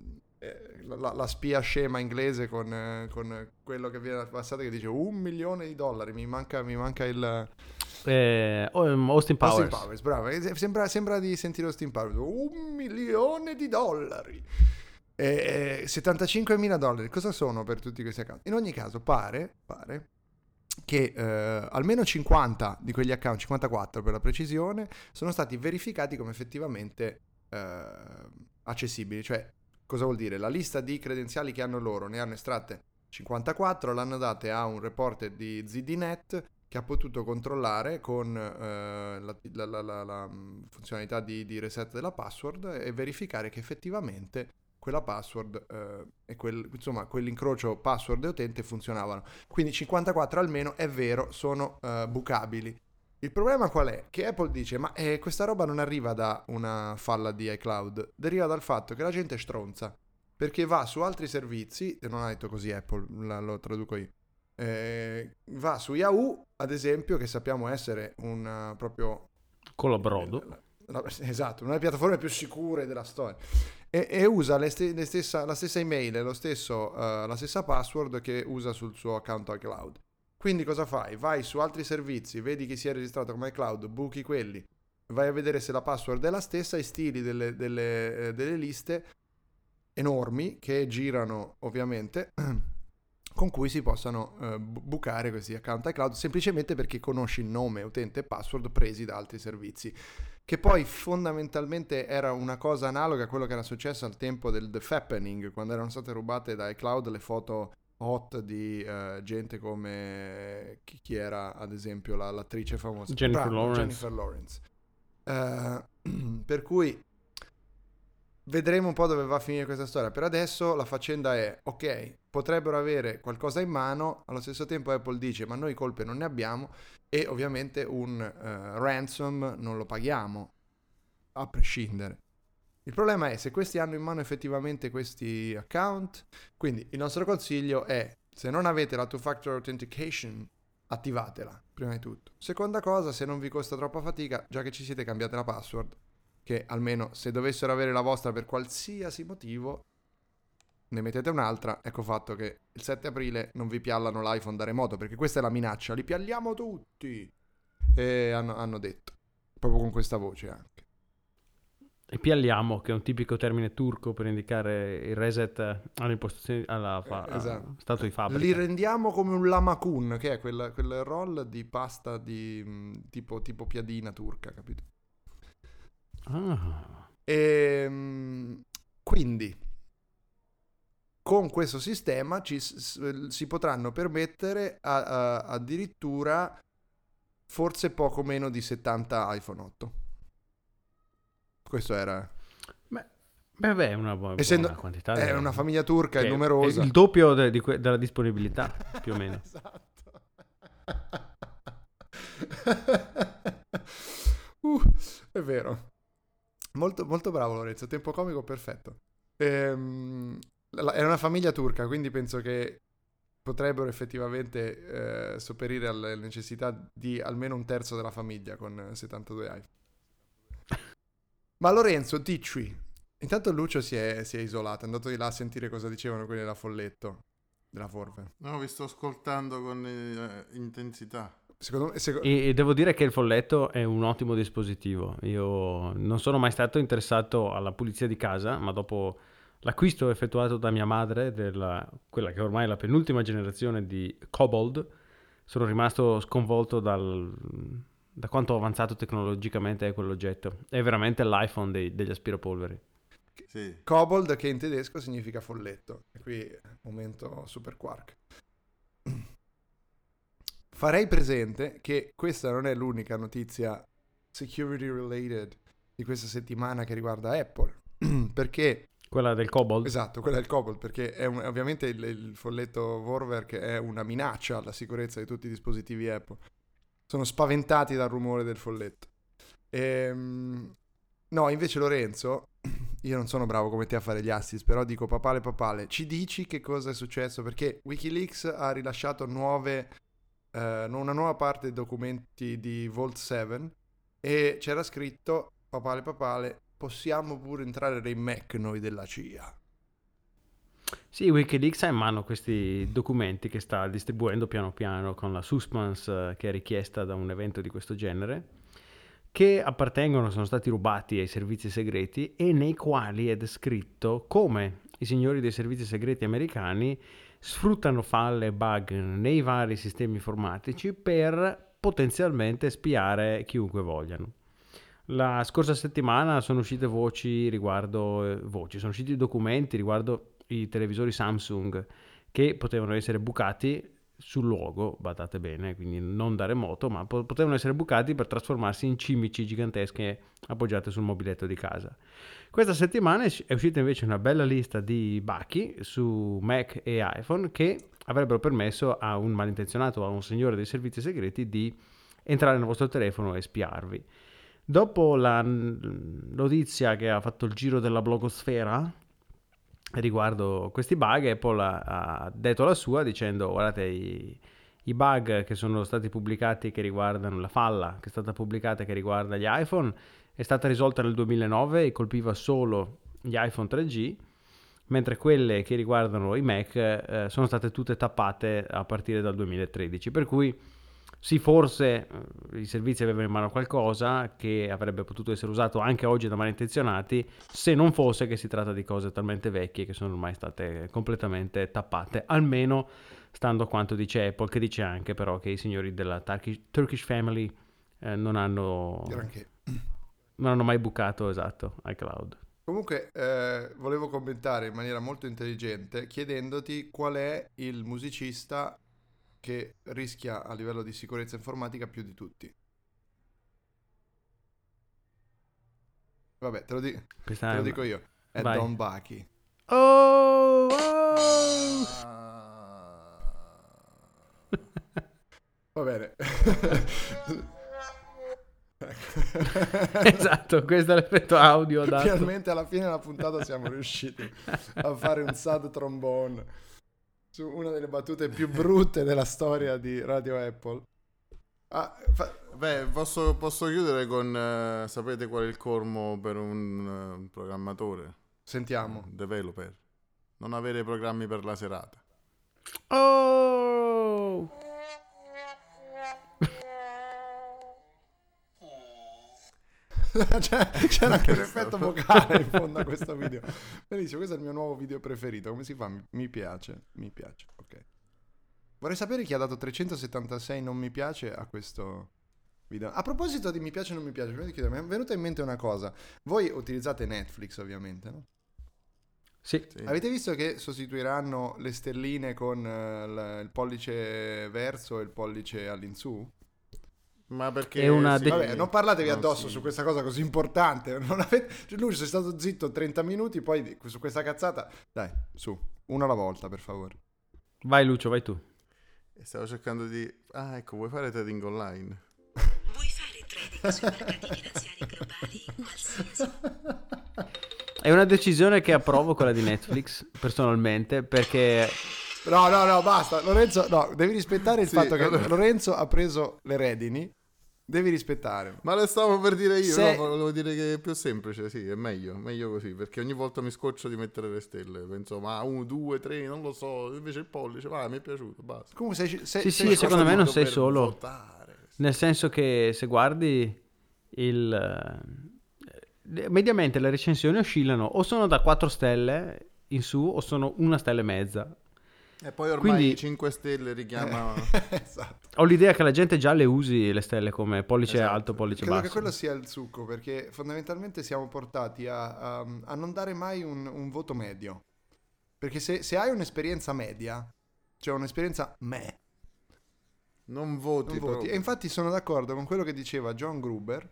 la, la spia scema inglese con, eh, con quello che viene passato che dice un milione di dollari. Mi manca, mi manca il... Eh, Austin Powers. Austin Powers, bravo. Sembra, sembra di sentire Austin Powers. Un milione di dollari. Eh, settantacinquemila dollari. Cosa sono per tutti questi account? In ogni caso pare... pare che eh, almeno cinquanta di quegli account, cinquantaquattro per la precisione, sono stati verificati come effettivamente eh, accessibili. Cioè, cosa vuol dire? La lista di credenziali che hanno loro, ne hanno estratte cinquantaquattro, l'hanno date a un reporter di Z D Net che ha potuto controllare con eh, la, la, la, la, la funzionalità di, di reset della password e verificare che effettivamente quella password eh, e quel, insomma quell'incrocio password e utente funzionavano. Quindi cinquantaquattro almeno, è vero, sono uh, bucabili. Il problema qual è? Che Apple dice: ma eh, questa roba non arriva da una falla di iCloud, deriva dal fatto che la gente è stronza, perché va su altri servizi, e non ha detto così Apple, la, lo traduco io, eh, va su Yahoo ad esempio, che sappiamo essere un uh, proprio colabrodo, eh, la, la, esatto, una delle piattaforme più sicure della storia. E, e usa le st- le stessa, la stessa email e lo stesso, uh, la stessa password che usa sul suo account iCloud. Quindi cosa fai? Vai su altri servizi, vedi chi si è registrato come iCloud, buchi quelli, vai a vedere se la password è la stessa e stili delle, delle, eh, delle liste enormi che girano ovviamente con cui si possano uh, bucare questi account iCloud, semplicemente perché conosci il nome, utente e password presi da altri servizi. Che poi fondamentalmente era una cosa analoga a quello che era successo al tempo del The Fappening, quando erano state rubate da iCloud le foto hot di uh, gente come chi, chi era ad esempio la, l'attrice famosa Jennifer Bravo, Lawrence, Jennifer Lawrence. Uh, per cui vedremo un po' dove va a finire questa storia. Per adesso la faccenda è: ok, potrebbero avere qualcosa in mano, allo stesso tempo Apple dice ma noi colpe non ne abbiamo, e ovviamente un uh, ransom non lo paghiamo, a prescindere. Il problema è se questi hanno in mano effettivamente questi account. Quindi il nostro consiglio è: se non avete la two-factor authentication, attivatela, prima di tutto. Seconda cosa, se non vi costa troppa fatica, già che ci siete, cambiate la password, che almeno se dovessero avere la vostra per qualsiasi motivo, ne mettete un'altra. Ecco fatto che il sette aprile non vi piallano l'iPhone da remoto, perché questa è la minaccia: li pialliamo tutti, e hanno, hanno detto proprio con questa voce anche. E pialliamo, che è un tipico termine turco per indicare il reset all'impostazione, alla fa- eh, esatto. stato di fabbrica. Li rendiamo come un lamakun, che è quel, quel roll di pasta di mh, tipo, tipo piadina turca, capito? Ah. E, mh, quindi con questo sistema ci, s- si potranno permettere a- a- addirittura forse poco meno di settanta iPhone otto. Questo era... Beh, beh, beh, è una buona, Essendo buona quantità. è di- una famiglia turca, che è è numerosa. il doppio de- di que- della disponibilità, più o meno. Esatto. uh, è vero. Molto, molto bravo Lorenzo, tempo comico perfetto. Ehm, la- è una famiglia turca, quindi penso che potrebbero effettivamente eh, sopperire alle necessità di almeno un terzo della famiglia con settantadue iPhone. Ma Lorenzo, dici, intanto Lucio si è, si è isolato, è andato di là a sentire cosa dicevano quelli della Folletto, della Forve. No, vi sto ascoltando con eh, intensità. Secondo me... seco- E, e devo dire che il folletto è un ottimo dispositivo. Io non sono mai stato interessato alla pulizia di casa, ma dopo l'acquisto effettuato da mia madre, della, quella che ormai è la penultima generazione di Cobalt, sono rimasto sconvolto dal, da quanto avanzato tecnologicamente è quell'oggetto. È veramente l'iPhone dei- degli aspirapolveri. Sì. Kobold, che in tedesco significa folletto. E qui momento super quark. Farei presente che questa non è l'unica notizia security related di questa settimana che riguarda Apple. Perché, Quella del Cobalt? esatto, quella è il Kobold, perché è un- ovviamente il, il folletto Vorwerk è una minaccia alla sicurezza di tutti i dispositivi Apple. Sono spaventati dal rumore del folletto. Ehm, no, invece Lorenzo, io non sono bravo come te a fare gli assist, però dico papale papale, ci dici che cosa è successo? Perché Wikileaks ha rilasciato nuove, eh, una nuova parte dei documenti di Vault sette e c'era scritto, papale papale, possiamo pure entrare nei Mac noi della C I A. Sì, Wikileaks ha in mano questi documenti che sta distribuendo piano piano con la suspense eh, che è richiesta da un evento di questo genere, che appartengono, sono stati rubati ai servizi segreti e nei quali è descritto come i signori dei servizi segreti americani sfruttano falle e bug nei vari sistemi informatici per potenzialmente spiare chiunque vogliano. La scorsa settimana sono uscite voci riguardo, eh, voci, sono usciti documenti riguardo i televisori Samsung che potevano essere bucati sul luogo, badate bene, quindi non da remoto, ma po- potevano essere bucati per trasformarsi in cimici gigantesche appoggiate sul mobiletto di casa. Questa settimana è è uscita invece una bella lista di bachi su Mac e iPhone che avrebbero permesso a un malintenzionato o a un signore dei servizi segreti di entrare nel vostro telefono e spiarvi. Dopo la n- notizia che ha fatto il giro della blogosfera riguardo questi bug, Apple ha, ha detto la sua dicendo guardate i, i bug che sono stati pubblicati che riguardano la falla che è stata pubblicata che riguarda gli iPhone è stata risolta nel duemilanove e colpiva solo gli iPhone tre G, mentre quelle che riguardano i Mac eh, sono state tutte tappate a partire dal duemilatredici, per cui sì, forse eh, i servizi avevano in mano qualcosa che avrebbe potuto essere usato anche oggi da malintenzionati, se non fosse che si tratta di cose talmente vecchie che sono ormai state completamente tappate, almeno stando a quanto dice Apple, che dice anche però che i signori della Turkish, Turkish Family eh, non hanno Granché. non hanno mai bucato, esatto, iCloud. Comunque eh, volevo commentare in maniera molto intelligente chiedendoti qual è il musicista che rischia a livello di sicurezza informatica più di tutti. Vabbè, te lo, di- Questa te è lo una- dico io. È Vai. Don Bucky. Oh, oh! Va bene. Esatto, questo è l'effetto audio adatto. Finalmente alla fine della puntata siamo riusciti a fare un sad trombone su una delle battute più brutte della storia di Radio Apple. Ah, fa- Beh, posso, posso chiudere con eh, sapete qual è il cormo per un eh, programmatore? Sentiamo. Developer. Non avere programmi per la serata. Oh! c'è, c'era anche un effetto vocale in fondo a questo video. Bellissimo, questo è il mio nuovo video preferito. Come si fa? Mi, mi piace, mi piace. Ok. Vorrei sapere chi ha dato trecentosettantasei non mi piace a questo video. A proposito di mi piace o non mi piace, prima di chiudere, mi è venuta in mente una cosa. Voi utilizzate Netflix, ovviamente, no? Sì. Sì. Avete visto che sostituiranno le stelline con eh, l- il pollice verso e il pollice all'insù? Ma perché È una sì, de- Vabbè, non parlatevi no, addosso sì. su questa cosa così importante. Non avete... cioè, lui è stato zitto trenta minuti, poi su questa cazzata... Dai, su, uno alla volta, per favore. Vai Lucio, vai tu. Stavo cercando di... Ah, ecco, vuoi fare trading online? Vuoi fare trading sui mercati finanziari globali in qualsiasi? È una decisione che approvo, quella di Netflix, personalmente, perché No, no, no, basta. Lorenzo, no, devi rispettare il Sì, fatto che allora- Lorenzo ha preso le redini. Devi rispettare. Ma lo stavo per dire io, Se- no, volevo dire che è più semplice, sì, è meglio, meglio così, perché ogni volta mi scoccio di mettere le stelle, penso, ma uno, due, tre, non lo so, invece il pollice, va, mi è piaciuto, basta. Comunque sei, sei, Sì, sei- sì, secondo me non sei Dover solo. votare. Nel senso che se guardi il... eh, mediamente le recensioni oscillano o sono da quattro stelle in su o sono una stella e mezza. E poi ormai Quindi- cinque stelle richiama... Esatto. Ho l'idea che la gente già le usi le stelle come pollice Esatto. alto, pollice Credo basso. che quello sia il succo, perché fondamentalmente siamo portati a, a- a non dare mai un, un voto medio. Perché se, se hai un'esperienza media, cioè un'esperienza me, Non voti, non voti. proprio. E infatti sono d'accordo con quello che diceva John Gruber,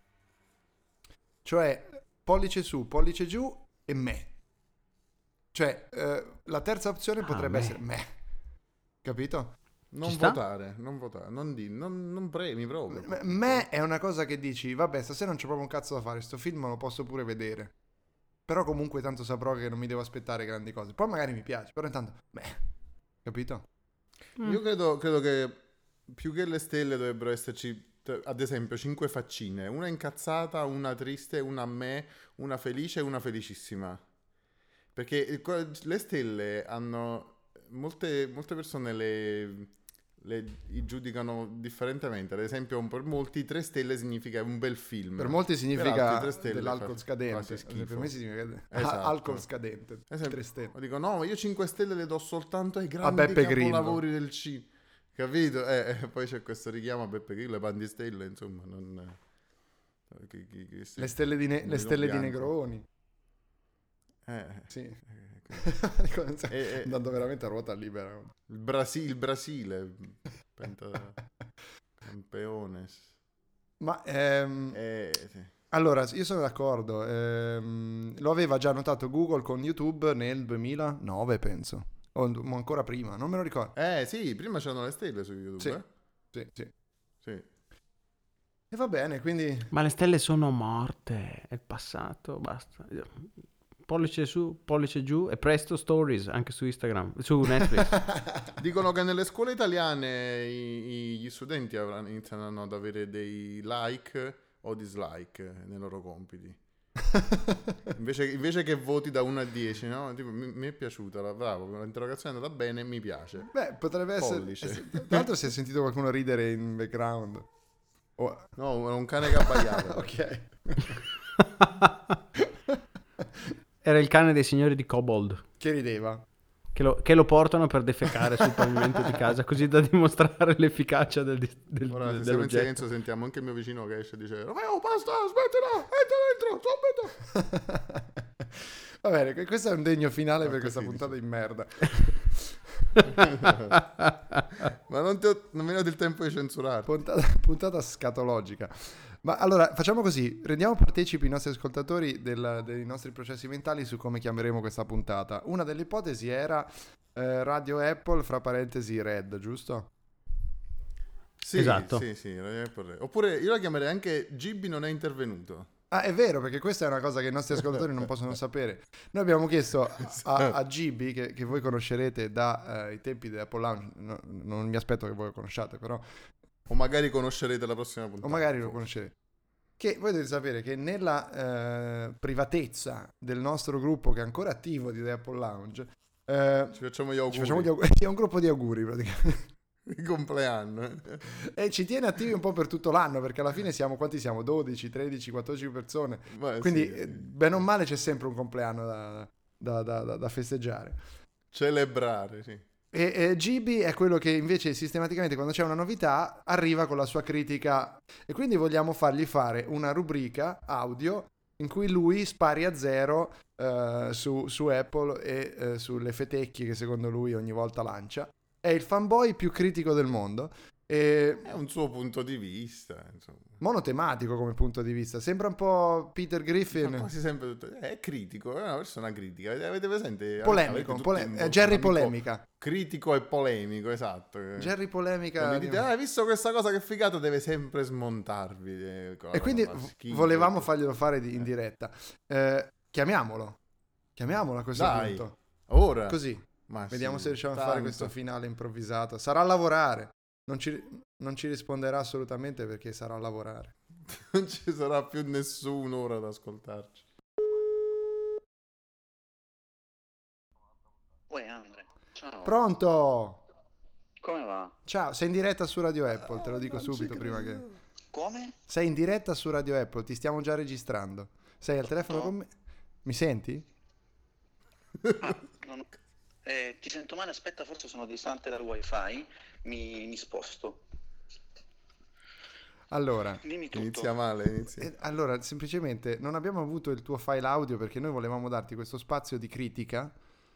cioè pollice su, pollice giù e me. Cioè eh, la terza opzione Ah, potrebbe me. essere me. Capito? Non Ci sta? votare, non votare, non, di, non, non premi proprio. M- Me è una cosa che dici, vabbè, stasera non c'è proprio un cazzo da fare, sto film lo posso pure vedere. Però comunque tanto saprò che non mi devo aspettare grandi cose. Poi magari mi piace, però intanto, beh, capito? Io credo, credo che più che le stelle dovrebbero esserci, t- ad esempio, cinque faccine. Una incazzata, una triste, una a me, una felice e una felicissima. Perché il- que- le stelle hanno... Molte, molte persone le, le i giudicano differentemente. Ad esempio, per molti tre stelle significa un bel film. Per molti Per significa altri tre stelle dell'alcol fa scadente. quasi Per schifo. me significa Esatto. alcol scadente. Ad esempio, Tre stelle. Dico, no, ma io cinque stelle le do soltanto ai grandi Beppe Grillo. capolavori del cinema. Capito? Eh, eh, poi c'è questo richiamo a Beppe Grillo, le pandistelle, insomma, non... eh, chi- chi- chi si- Le stelle di, ne- le Nero stelle di bianco. Negroni. Eh, Sì. eh, quindi- Stai Eh, eh. andando veramente a ruota libera. il, Brasi- il Brasile, penta- campeones. Ma ehm, Eh, sì. allora, io sono d'accordo. ehm, lo aveva già notato Google con YouTube nel duemilanove, penso. O o ancora prima, non me lo ricordo. Eh, sì, prima c'erano le stelle su YouTube. Sì. eh? Sì, sì. Sì. E va bene, quindi Ma le stelle sono morte, è il passato, basta. Pollice su, pollice giù e presto stories anche su Instagram, su Netflix. Dicono che nelle scuole italiane i- i- gli studenti avranno, inizieranno ad avere dei like o dislike nei loro compiti. Invece, invece che voti da uno a dieci, no? Tipo, mi, mi è piaciuta, la- bravo, l'interrogazione è andata bene, mi piace. beh, potrebbe essere. Pollice. eh, Tra l'altro si è sentito qualcuno ridere in background. Oh, No, era un cane che abbaiava. ok. Era il cane dei signori di Kobold, Che rideva. che lo, che lo portano per defecare sul pavimento di casa, così da dimostrare l'efficacia del, del, Ora, se siamo in dell'oggetto. silenzio, sentiamo anche il mio vicino che esce e dice: Romeo, basta, smettila, entra dentro, subito. Va bene, que- questo è un degno finale per Ecco, questa sì, puntata sì. di merda. Ma non, ti ho, non mi hai dato il tempo di censurarti. Puntata, puntata scatologica. Ma allora facciamo così: rendiamo partecipi i nostri ascoltatori del- dei nostri processi mentali su come chiameremo questa puntata. Una delle ipotesi era eh, Radio Apple, fra parentesi Red, giusto? Sì, Esatto. sì, sì, oppure io la chiamerei anche Gibby non è intervenuto. Ah, è vero, perché questa è una cosa che i nostri ascoltatori non possono sapere. Noi abbiamo chiesto a, a Gibi, che, che voi conoscerete dai eh, tempi di Apple Lounge, no, non mi aspetto che voi lo conosciate, però, O magari conoscerete la prossima puntata. o magari lo forse. conoscerete. Che voi dovete sapere che nella eh, privatezza del nostro gruppo, che è ancora attivo di The Apple Lounge, eh, Ci facciamo gli auguri. ci facciamo gli auguri. È un gruppo di auguri praticamente. Il compleanno. E ci tiene attivi un po' per tutto l'anno, perché alla fine siamo, quanti siamo? dodici, tredici, quattordici persone. Beh, Quindi, sì, eh, sì. bene o male, c'è sempre un compleanno da, da- da- da- da festeggiare. Celebrare, sì. E, e Gibi è quello che invece sistematicamente, quando c'è una novità, arriva con la sua critica. E quindi vogliamo fargli fare una rubrica audio, eh, che si chiama Gibby Says, in cui lui spari a zero eh, su, su Apple e eh, sulle fetecchie che secondo lui ogni volta lancia. È il fanboy più critico del mondo. E È un suo punto di vista, insomma. monotematico come punto di vista. Sembra un po' Peter Griffin. Fa quasi sempre tutto- È critico, è una persona critica. Avete presente? Polemico, Avete pole- tutti un- eh, Jerry un amico Polemica. Critico e polemico, esatto. Jerry Polemica. Quando dite, ah, hai visto questa cosa che figata, deve sempre smontarvi. eh, con la E quindi roba v- schifo. volevamo farglielo fare di- in diretta. Eh, chiamiamolo. Chiamiamolo a questo Dai, punto. ora. Così. Ma Vediamo sì, se riusciamo a fare tanto. questo finale improvvisato. Sarà a lavorare. Non ci, non ci risponderà assolutamente perché sarà a lavorare. Non ci sarà più nessuno ora ad ascoltarci. Uè Andre, ciao. Pronto? Come va? Ciao, sei in diretta su Radio Apple, te lo dico non ci subito prima credo. che... Come? Sei in diretta su Radio Apple, ti stiamo già registrando. Sei al telefono No. con me? Mi senti? Ah, non... eh, ti sento male, aspetta, forse sono distante dal wifi, mi, mi sposto. Allora, Dimmi tutto. Inizia male, inizia. eh, allora, semplicemente non abbiamo avuto il tuo file audio perché noi volevamo darti questo spazio di critica,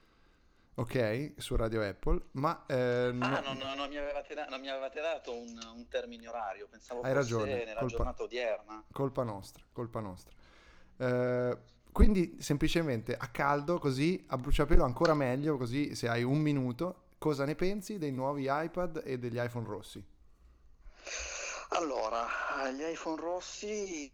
ok, su Radio Apple, ma eh, no- Ah, non, non mi avevate, da- non mi avevate dato un, un termine orario, pensavo Hai fosse ragione, nella colpa- giornata odierna. colpa nostra, colpa nostra. Eh, quindi semplicemente a caldo, così a bruciapelo ancora meglio, così se hai un minuto, cosa ne pensi dei nuovi iPad e degli iPhone rossi? Allora, gli iPhone rossi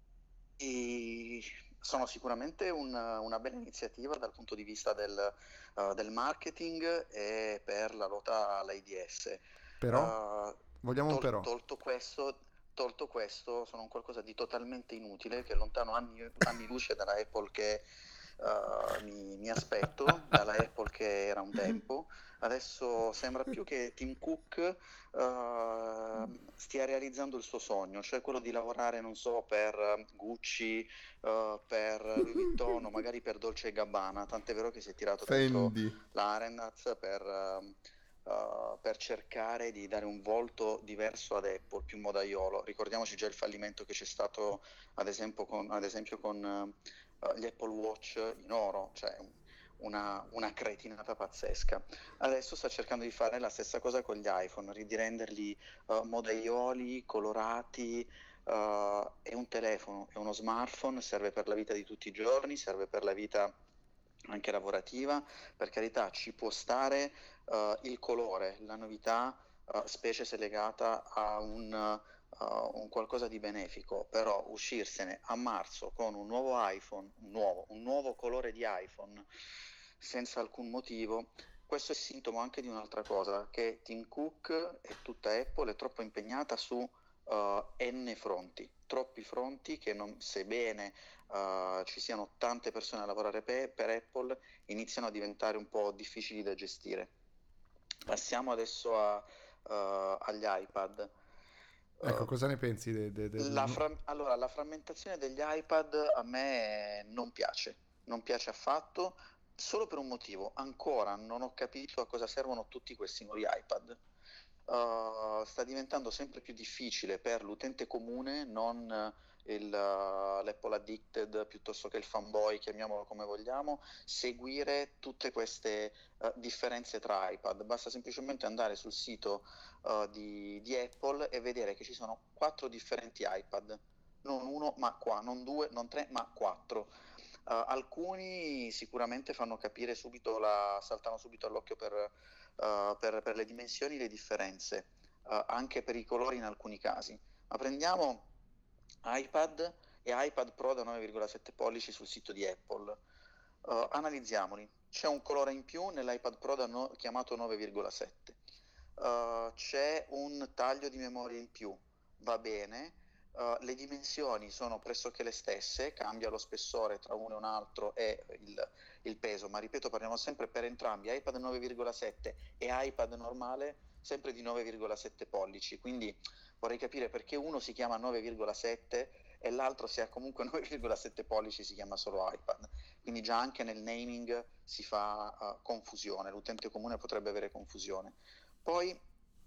i- sono sicuramente un- una bella iniziativa dal punto di vista del, eh, del marketing e per la lotta all'AIDS. Però, Eh, vogliamo un tol- però. tolto questo, tolto questo, sono un qualcosa di totalmente inutile che è lontano anni, anni luce dalla Apple che eh, mi, mi aspetto, dalla Apple che era un tempo. Adesso sembra più che Tim Cook eh, stia realizzando il suo sogno, cioè quello di lavorare, non so, per eh, Gucci, eh, per Louis Vuitton o magari per Dolce e Gabbana, tant'è vero che si è tirato dentro Fendi. la Arenaz per, ehm, eh, per cercare di dare un volto diverso ad Apple, più modaiolo. Ricordiamoci già il fallimento che c'è stato ad esempio con, ad esempio con eh, gli Apple Watch in oro, cioè un- una, una cretinata pazzesca. Adesso sta cercando di fare la stessa cosa con gli iPhone, di renderli eh, modaioli, colorati. eh, è un telefono, è uno smartphone, serve per la vita di tutti i giorni, serve per la vita anche lavorativa, per carità ci può stare eh, il colore, la novità, eh, specie se legata a un, eh, un qualcosa di benefico, però uscirsene a marzo con un nuovo iPhone, un nuovo, un nuovo colore di iPhone senza alcun motivo, questo è sintomo anche di un'altra cosa, che Tim Cook e tutta Apple è troppo impegnata su eh, N fronti, troppi fronti che non, sebbene eh, ci siano tante persone a lavorare pe- per Apple, iniziano a diventare un po' difficili da gestire. Passiamo adesso a, eh, agli iPad. Ecco, Eh, cosa ne pensi de- de- del... la fra- allora, la frammentazione degli iPad a me non piace, non piace affatto, solo per un motivo, ancora non ho capito a cosa servono tutti questi nuovi iPad. Uh, sta diventando sempre più difficile per l'utente comune, non eh, il, uh, l'Apple Addicted piuttosto che il fanboy, chiamiamolo come vogliamo, seguire tutte queste uh, differenze tra iPad. Basta semplicemente andare sul sito uh, di, di Apple e vedere che ci sono quattro differenti iPad, non uno ma qua, non due, non tre ma quattro. Uh, alcuni sicuramente fanno capire subito, la, saltano subito all'occhio per, uh, per, per le dimensioni, le differenze, uh, anche per i colori in alcuni casi. Ma prendiamo iPad e iPad Pro da nove virgola sette pollici sul sito di Apple. Uh, analizziamoli. C'è un colore in più nell'iPad Pro da no, chiamato nove virgola sette. Uh, c'è un taglio di memoria in più, va bene. Uh, le dimensioni sono pressoché le stesse, cambia lo spessore tra uno e un altro e il, il peso, ma ripeto, parliamo sempre per entrambi, iPad nove virgola sette e iPad normale sempre di nove virgola sette pollici, quindi vorrei capire perché uno si chiama nove virgola sette e l'altro, se ha comunque nove virgola sette pollici, si chiama solo iPad, quindi già anche nel naming si fa uh, confusione, l'utente comune potrebbe avere confusione. Poi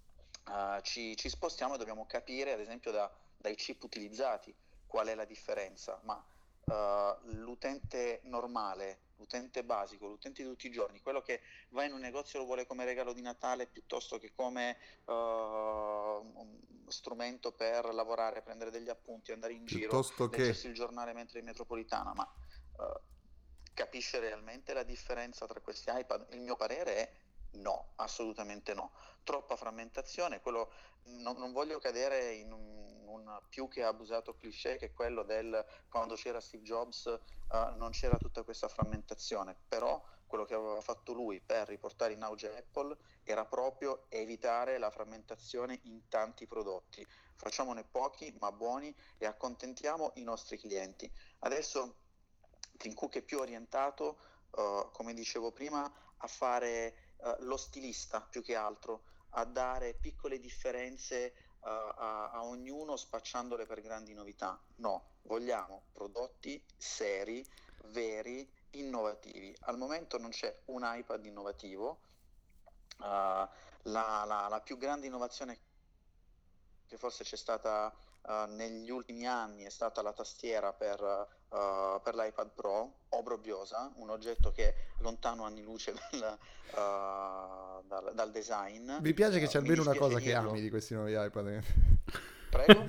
uh, ci, ci spostiamo e dobbiamo capire ad esempio da dai chip utilizzati, qual è la differenza, ma uh, l'utente normale, l'utente basico, l'utente di tutti i giorni, quello che va in un negozio e lo vuole come regalo di Natale piuttosto che come uh, un strumento per lavorare, prendere degli appunti, andare in giro, Piuttosto che... leggersi il giornale mentre è in metropolitana, ma uh, capisce realmente la differenza tra questi iPad? Il mio parere è no, assolutamente no. Troppa frammentazione, quello, non, non voglio cadere in un, un più che abusato cliché che è quello del quando c'era Steve Jobs uh, non c'era tutta questa frammentazione, però quello che aveva fatto lui per riportare in auge Apple era proprio evitare la frammentazione in tanti prodotti. Facciamone pochi ma buoni e accontentiamo i nostri clienti. Adesso Tim Cook è più orientato, uh, come dicevo prima, a fare uh, lo stilista più che altro, a dare piccole differenze uh, a, a ognuno spacciandole per grandi novità. No, vogliamo prodotti seri, veri, innovativi. Al momento non c'è un iPad innovativo. Uh, la, la, la più grande innovazione che forse c'è stata uh, negli ultimi anni è stata la tastiera per, uh, per l'iPad Pro, obbrobriosa, un oggetto che è lontano anni luce dal, uh, dal, dal design. Mi piace che c'è Uh, mi almeno una dispiace cosa che dirlo. ami di questi nuovi iPad. Prego?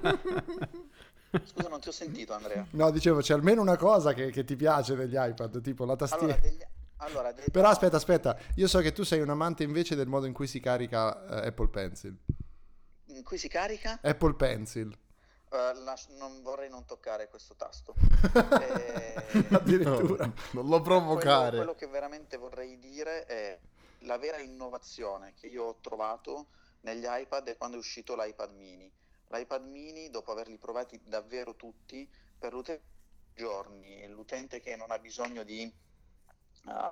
Scusa, non ti ho sentito, Andrea. No, dicevo, c'è almeno una cosa che, che ti piace degli iPad, tipo la tastiera. Allora, degli... allora, degli... Però aspetta, aspetta, io so che tu sei un amante invece del modo in cui si carica eh, Apple Pencil. In cui si carica? Apple Pencil. Uh, la... non vorrei non toccare questo tasto. e... Addirittura. No, non lo provocare. Quello, quello che veramente vorrei dire è la vera innovazione che io ho trovato negli iPad è quando è uscito l'iPad mini. L'iPad mini, dopo averli provati davvero tutti, per l'utente di giorni, l'utente che non ha bisogno di uh,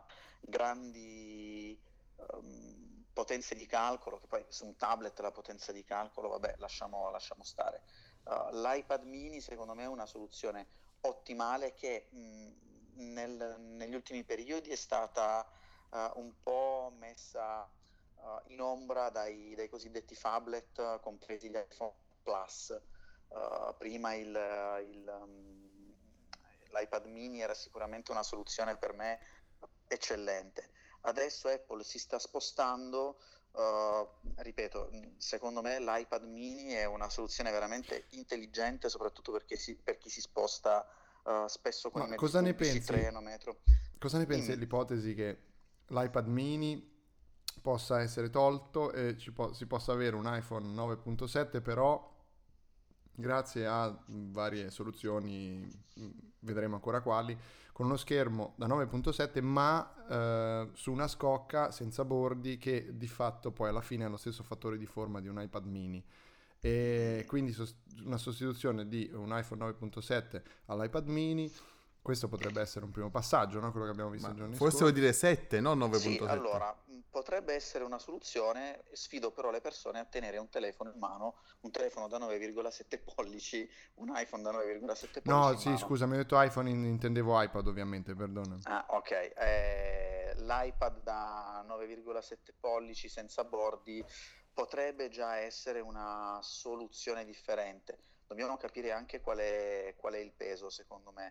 grandi um, potenze di calcolo, che poi su un tablet la potenza di calcolo, vabbè, lasciamo, lasciamo stare. Uh, L'iPad mini secondo me è una soluzione ottimale che mh, nel, negli ultimi periodi è stata uh, un po' messa uh, in ombra dai, dai cosiddetti phablet, uh, compresi gli iPhone Plus. Uh, prima il, il, um, l'iPad mini era sicuramente una soluzione per me eccellente. Adesso Apple si sta spostando, uh, ripeto, secondo me l'iPad mini è una soluzione veramente intelligente, soprattutto perché si, per chi si sposta uh, spesso con Ma i mezzi cosa ne pubblici, pensi? treno, metro. Cosa ne pensi Dimmi. dell'ipotesi che l'iPad mini possa essere tolto e ci po- si possa avere un iPhone nove punto sette, però grazie a varie soluzioni, vedremo ancora quali, con uno schermo da nove punto sette ma eh, su una scocca senza bordi che di fatto poi alla fine ha lo stesso fattore di forma di un iPad mini, e quindi sost- una sostituzione di un iPhone nove punto sette all'iPad mini. Questo potrebbe essere un primo passaggio, no? Quello che abbiamo visto Ma i giorni forse scorsi. vuoi dire sette, non nove punto sette. Sì, allora, mh, potrebbe essere una soluzione, sfido però le persone a tenere un telefono in mano, un telefono da nove virgola sette pollici, un iPhone da nove virgola sette pollici No, in sì, mano. scusa, mi hai detto iPhone, in- intendevo iPad ovviamente, perdona. Ah, ok. Eh, l'iPad da nove virgola sette pollici senza bordi potrebbe già essere una soluzione differente. Dobbiamo capire anche qual è, qual è il peso, secondo me.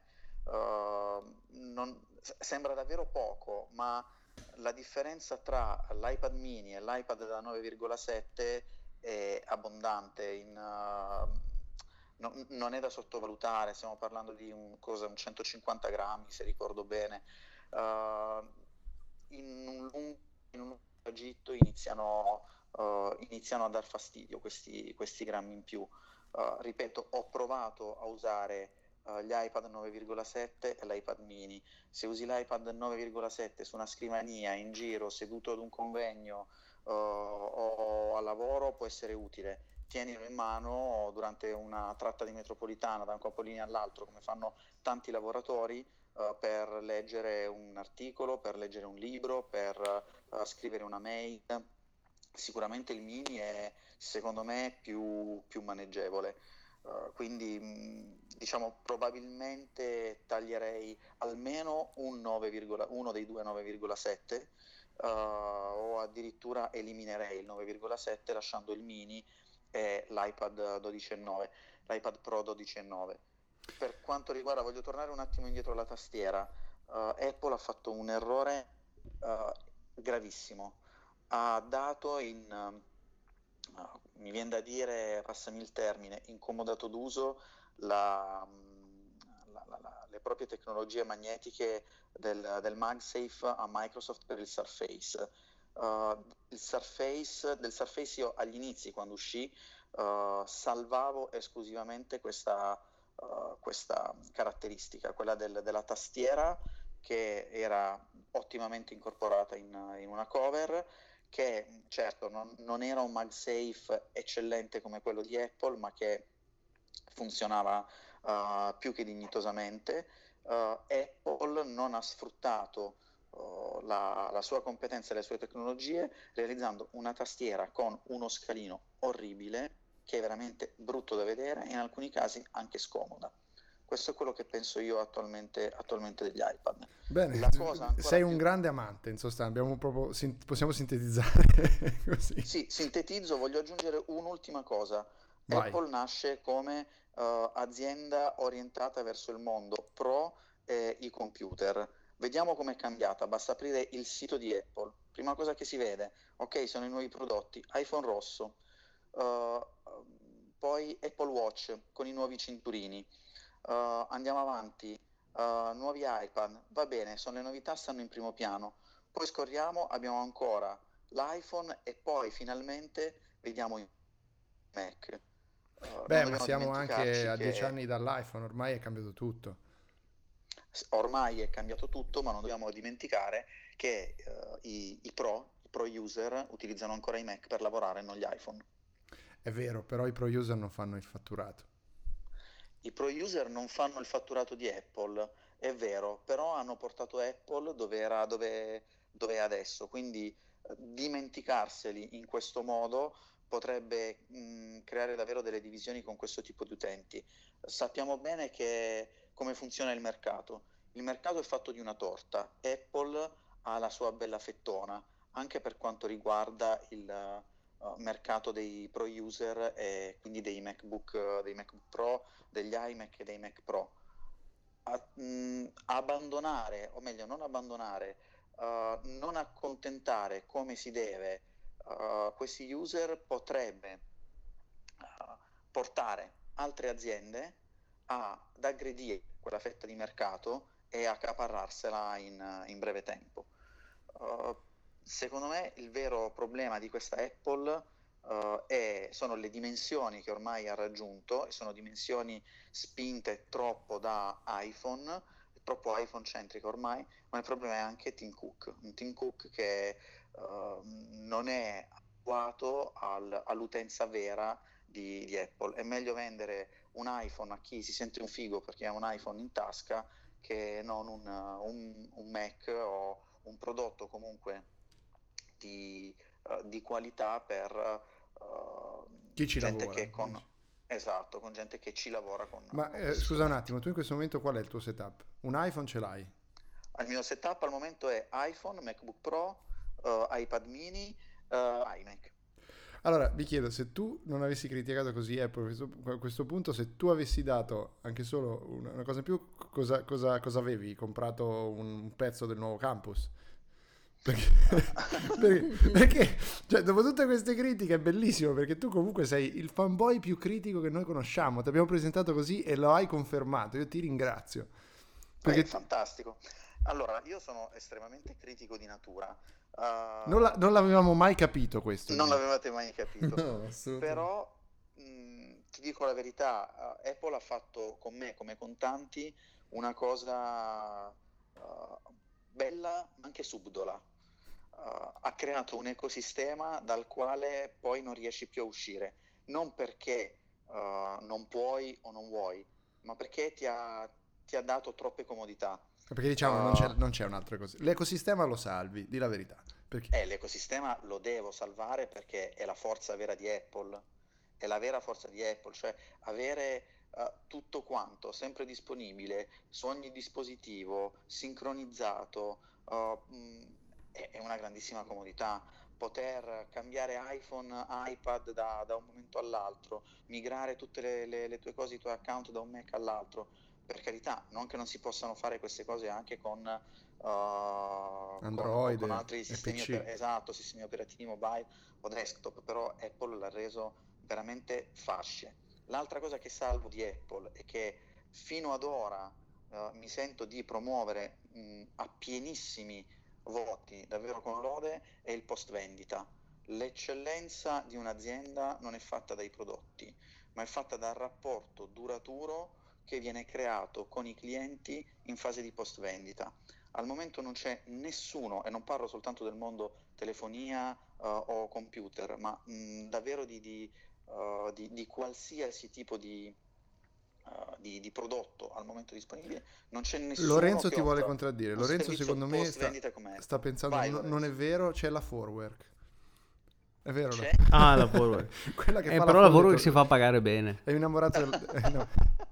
Uh, non, sembra davvero poco, ma la differenza tra l'iPad mini e l'iPad da nove virgola sette è abbondante, in, uh, no, non è da sottovalutare, stiamo parlando di un, cosa, un centocinquanta grammi se ricordo bene. Uh, in un lungo, in un tragitto iniziano, uh, iniziano a dar fastidio questi, questi grammi in più. Uh, ripeto, ho provato a usare uh, gli iPad nove virgola sette e l'iPad mini. Se usi l'iPad nove virgola sette su una scrivania, in giro, seduto ad un convegno uh, o a lavoro, può essere utile. Tienilo in mano durante una tratta di metropolitana da un capolinea all'altro, come fanno tanti lavoratori, uh, per leggere un articolo, per leggere un libro, per uh, scrivere una mail. Sicuramente il mini è, secondo me, più, più maneggevole. Uh, quindi mh, diciamo probabilmente taglierei almeno un nove, uno dei due nove virgola sette uh, o addirittura eliminerei il nove virgola sette lasciando il mini e l'iPad dodici virgola nove, l'iPad Pro dodici virgola nove. Per quanto riguarda, voglio tornare un attimo indietro alla tastiera. Uh, Apple ha fatto un errore uh, gravissimo. Ha dato in, uh, uh, mi viene da dire, passami il termine, incomodato d'uso la, la, la, la, le proprie tecnologie magnetiche del, del MagSafe a Microsoft per il Surface. Uh, il Surface, del Surface io agli inizi, quando uscì, uh, salvavo esclusivamente questa, uh, questa caratteristica, quella del, della tastiera, che era ottimamente incorporata in, in una cover, che certo non, non era un MagSafe eccellente come quello di Apple, ma che funzionava uh, più che dignitosamente. Uh, Apple non ha sfruttato uh, la, la sua competenza e le sue tecnologie, realizzando una tastiera con uno scalino orribile, che è veramente brutto da vedere e in alcuni casi anche scomoda. Questo è quello che penso io attualmente, attualmente degli iPad. Bene, La cosa ancora sei un più... grande amante, in sostanza, abbiamo proprio, sin- possiamo sintetizzare così. Sì, sintetizzo, voglio aggiungere un'ultima cosa. Vai. Apple nasce come uh, azienda orientata verso il mondo pro e i computer. Vediamo com'è cambiata, basta aprire il sito di Apple. Prima cosa che si vede, ok, sono i nuovi prodotti, iPhone rosso, uh, poi Apple Watch con i nuovi cinturini. Uh, andiamo avanti, uh, nuovi iPad, va bene, sono le novità, stanno in primo piano. Poi scorriamo, abbiamo ancora l'iPhone e poi finalmente vediamo i Mac. Uh, non Beh, ma dobbiamo siamo anche dimenticarci a dieci che anni dall'iPhone, ormai è cambiato tutto. ormai è cambiato tutto, ma non dobbiamo dimenticare che uh, i, i pro, i pro user utilizzano ancora i Mac per lavorare, non gli iPhone. È vero, però i pro user non fanno il fatturato. I pro user non fanno il fatturato di Apple, è vero, però hanno portato Apple dove era, dove, dove è adesso, quindi eh, dimenticarseli in questo modo potrebbe mh, creare davvero delle divisioni con questo tipo di utenti. Sappiamo bene che come funziona il mercato. Il mercato è fatto di una torta. Apple ha la sua bella fettona, anche per quanto riguarda il uh, mercato dei pro user e quindi dei MacBook, dei MacBook Pro, degli iMac e dei Mac Pro. A, mh, abbandonare, o meglio non abbandonare, uh, non accontentare come si deve uh, questi user potrebbe uh, portare altre aziende ad aggredire quella fetta di mercato e accaparrarsela in, in breve tempo. Uh, secondo me il vero problema di questa Apple uh, è, sono le dimensioni che ormai ha raggiunto, e sono dimensioni spinte troppo da iPhone, troppo iPhone centrica ormai, ma il problema è anche Tim Cook, un Tim Cook che uh, non è adeguato al, all'utenza vera di, di Apple. È meglio vendere un iPhone a chi si sente un figo perché ha un iPhone in tasca che non un, un, un Mac o un prodotto comunque di, uh, di qualità per uh, Chi ci gente lavora? che con esatto, con gente che ci lavora con, Ma con eh, questi scusa un strumenti. attimo, tu in questo momento qual è il tuo setup? Un iPhone ce l'hai? Il mio setup al momento è iPhone, MacBook Pro, uh, iPad mini, uh, iMac. Allora, vi chiedo, se tu non avessi criticato così Apple a questo, a questo punto, se tu avessi dato anche solo una, una cosa in più, cosa, cosa, cosa avevi? Comprato un pezzo del nuovo campus? Perché, perché, perché cioè, dopo tutte queste critiche è bellissimo, perché tu comunque sei il fanboy più critico che noi conosciamo, ti abbiamo presentato così e lo hai confermato, io ti ringrazio. Beh, Perché fantastico. Allora, io sono estremamente critico di natura. non, la- Uh, non l'avevamo mai capito questo di non me. l'avevate mai capito. No, assolutamente. Però mh, ti dico la verità, uh, Apple ha fatto con me, come con tanti, una cosa uh, bella, ma anche subdola. Uh, ha creato un ecosistema dal quale poi non riesci più a uscire, non perché uh, non puoi o non vuoi, ma perché ti ha, ti ha dato troppe comodità. Perché diciamo non c'è, Uh, non c'è un altro così. L'ecosistema lo salvi, di la verità. Perché? Eh, l'ecosistema lo devo salvare perché è la forza vera di Apple, è la vera forza di Apple, cioè avere eh, tutto quanto sempre disponibile su ogni dispositivo, sincronizzato, eh, mh, è, è una grandissima comodità. poter cambiare iPhone, iPad da, da un momento all'altro, migrare tutte le, le, le tue cose, i tuoi account da un Mac all'altro. Per carità, non che non si possano fare queste cose anche con, uh, Android con, con altri e sistemi, P C. oper- esatto, sistemi operativi mobile o desktop, però Apple l'ha reso veramente fasce. L'altra cosa che salvo di Apple è che fino ad ora uh, mi sento di promuovere mh, a pienissimi voti, davvero con lode, è il post vendita. L'eccellenza di un'azienda non è fatta dai prodotti, ma è fatta dal rapporto duraturo che viene creato con i clienti in fase di post vendita. Al momento non c'è nessuno, e non parlo soltanto del mondo telefonia uh, o computer, ma mh, davvero di, di, uh, di, di qualsiasi tipo di, uh, di, di prodotto al momento disponibile, non c'è nessuno. Lorenzo che ti vuole offra contraddire. un Lorenzo servizio secondo me post sta, vendita come Apple. sta pensando Vai, no- non è Lorenzo. vero, c'è la Forwork. È vero? C'è? no? Ah, la Forward. Quella che Eh, fa però la Forward folletto- si fa pagare bene. È innamorato del... è inna-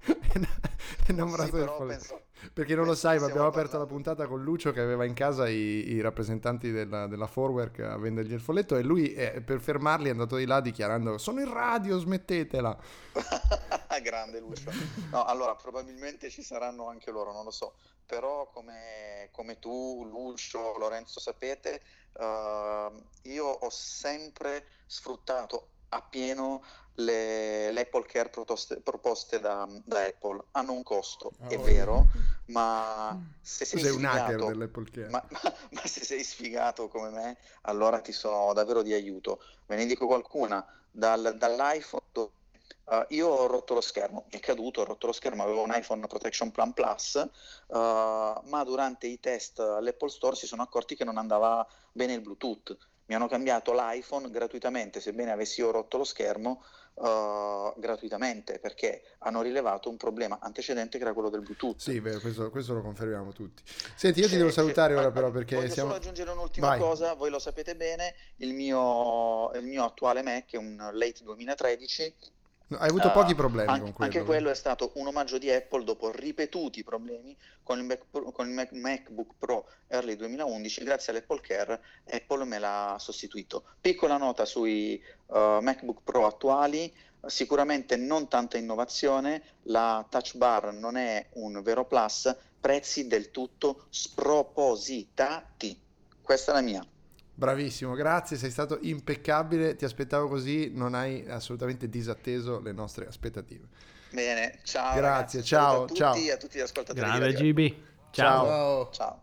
è innamorato Sì, del però folletto. penso- Perché non lo penso sai, che ma abbiamo stiamo aperto la parlando- puntata con Lucio che aveva in casa i, i rappresentanti della, della Forwork a vendergli il folletto e lui eh, per fermarli è andato di là dichiarando sono in radio, smettetela. Grande Lucio. No, allora probabilmente ci saranno anche loro, non lo so, però come, come tu, Lucio, Lorenzo sapete, uh, io ho sempre sfruttato appieno le, l'Apple Care proposte, proposte da, da Apple. Hanno un costo, è Oh. vero, ma se Tu sei sei un hacker sfigato, dell'Apple Care. ma, ma- ma se sei sfigato come me, allora ti sono davvero di aiuto. Ve ne dico qualcuna, dal, dall'iPhone. Uh, io ho rotto lo schermo, mi è caduto, ho rotto lo schermo, avevo un iPhone Protection Plan Plus, uh, ma durante i test all'Apple Store si sono accorti che non andava bene il Bluetooth. Mi hanno cambiato l'iPhone gratuitamente, sebbene avessi io rotto lo schermo, uh, gratuitamente, perché hanno rilevato un problema antecedente che era quello del Bluetooth. Sì, vero, questo, questo lo confermiamo tutti. Senti, io ti C'è- devo c'è- salutare ora ma- però ma perché voglio siamo... solo aggiungere un'ultima Vai. cosa, voi lo sapete bene, il mio, il mio attuale Mac è un late duemilatredici. No, hai avuto Uh, pochi problemi anche, con quello. anche quello è stato un omaggio di Apple dopo ripetuti problemi con il, Mac Pro- con il Mac- MacBook Pro Early duemilaundici. Grazie all'Apple Care Apple me l'ha sostituito. Piccola nota sui uh, MacBook Pro attuali: sicuramente non tanta innovazione, la touch bar non è un vero plus, prezzi del tutto spropositati. Questa è la mia. Bravissimo, grazie, sei stato impeccabile, ti aspettavo così, non hai assolutamente disatteso le nostre aspettative. Bene, ciao Grazie, ragazzi, ciao, saluto a tutti ciao. e a tutti gli ascoltatori di Grande Radio G B. Ciao. Ciao. Ciao.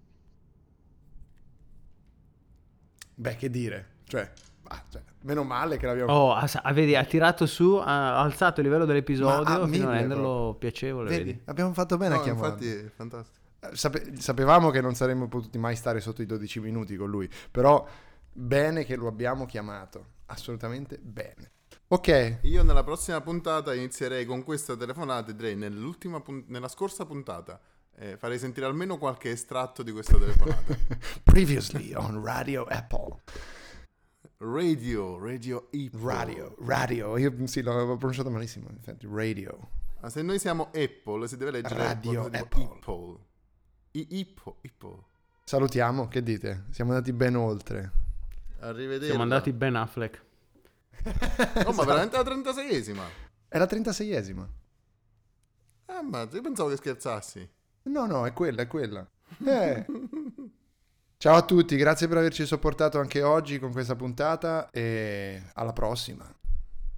Beh, che dire, cioè, bah, cioè, meno male che l'abbiamo... Oh, ha, sa- vedi, ha tirato su, ha alzato il livello Ma dell'episodio a fino a mille renderlo proprio. piacevole, Vedi, vedi? abbiamo fatto bene a No, chiamarlo. infatti è fantastico. Sape- sapevamo che non saremmo potuti mai stare sotto i dodici minuti con lui, però bene che lo abbiamo chiamato, assolutamente bene. Ok, Io nella prossima puntata inizierei con questa telefonata, direi nell'ultima pun- nella scorsa puntata. Eh, farei sentire almeno qualche estratto di questa telefonata. previously on Radio Apple. Radio, Radio Apple. Radio, radio, io sì, l'avevo pronunciato malissimo, infatti, radio. Ma se noi siamo Apple, si deve leggere Radio qualcosa tipo Apple. Apple. I- Apple, Apple. Salutiamo, che dite? Siamo andati ben oltre. Arrivederci. Siamo andati Ben Affleck. Oh, ma veramente la trentaseiesima. È la trentaseiesima. Ah, ma io pensavo che scherzassi. No, no, è quella, è quella. Eh. Ciao a tutti, grazie per averci sopportato anche oggi con questa puntata e alla prossima.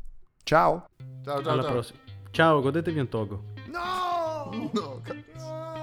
Ciao. Ciao, ciao, Alla ciao. prossima. Ciao, godetevi un togo. No! No, cazzo. No!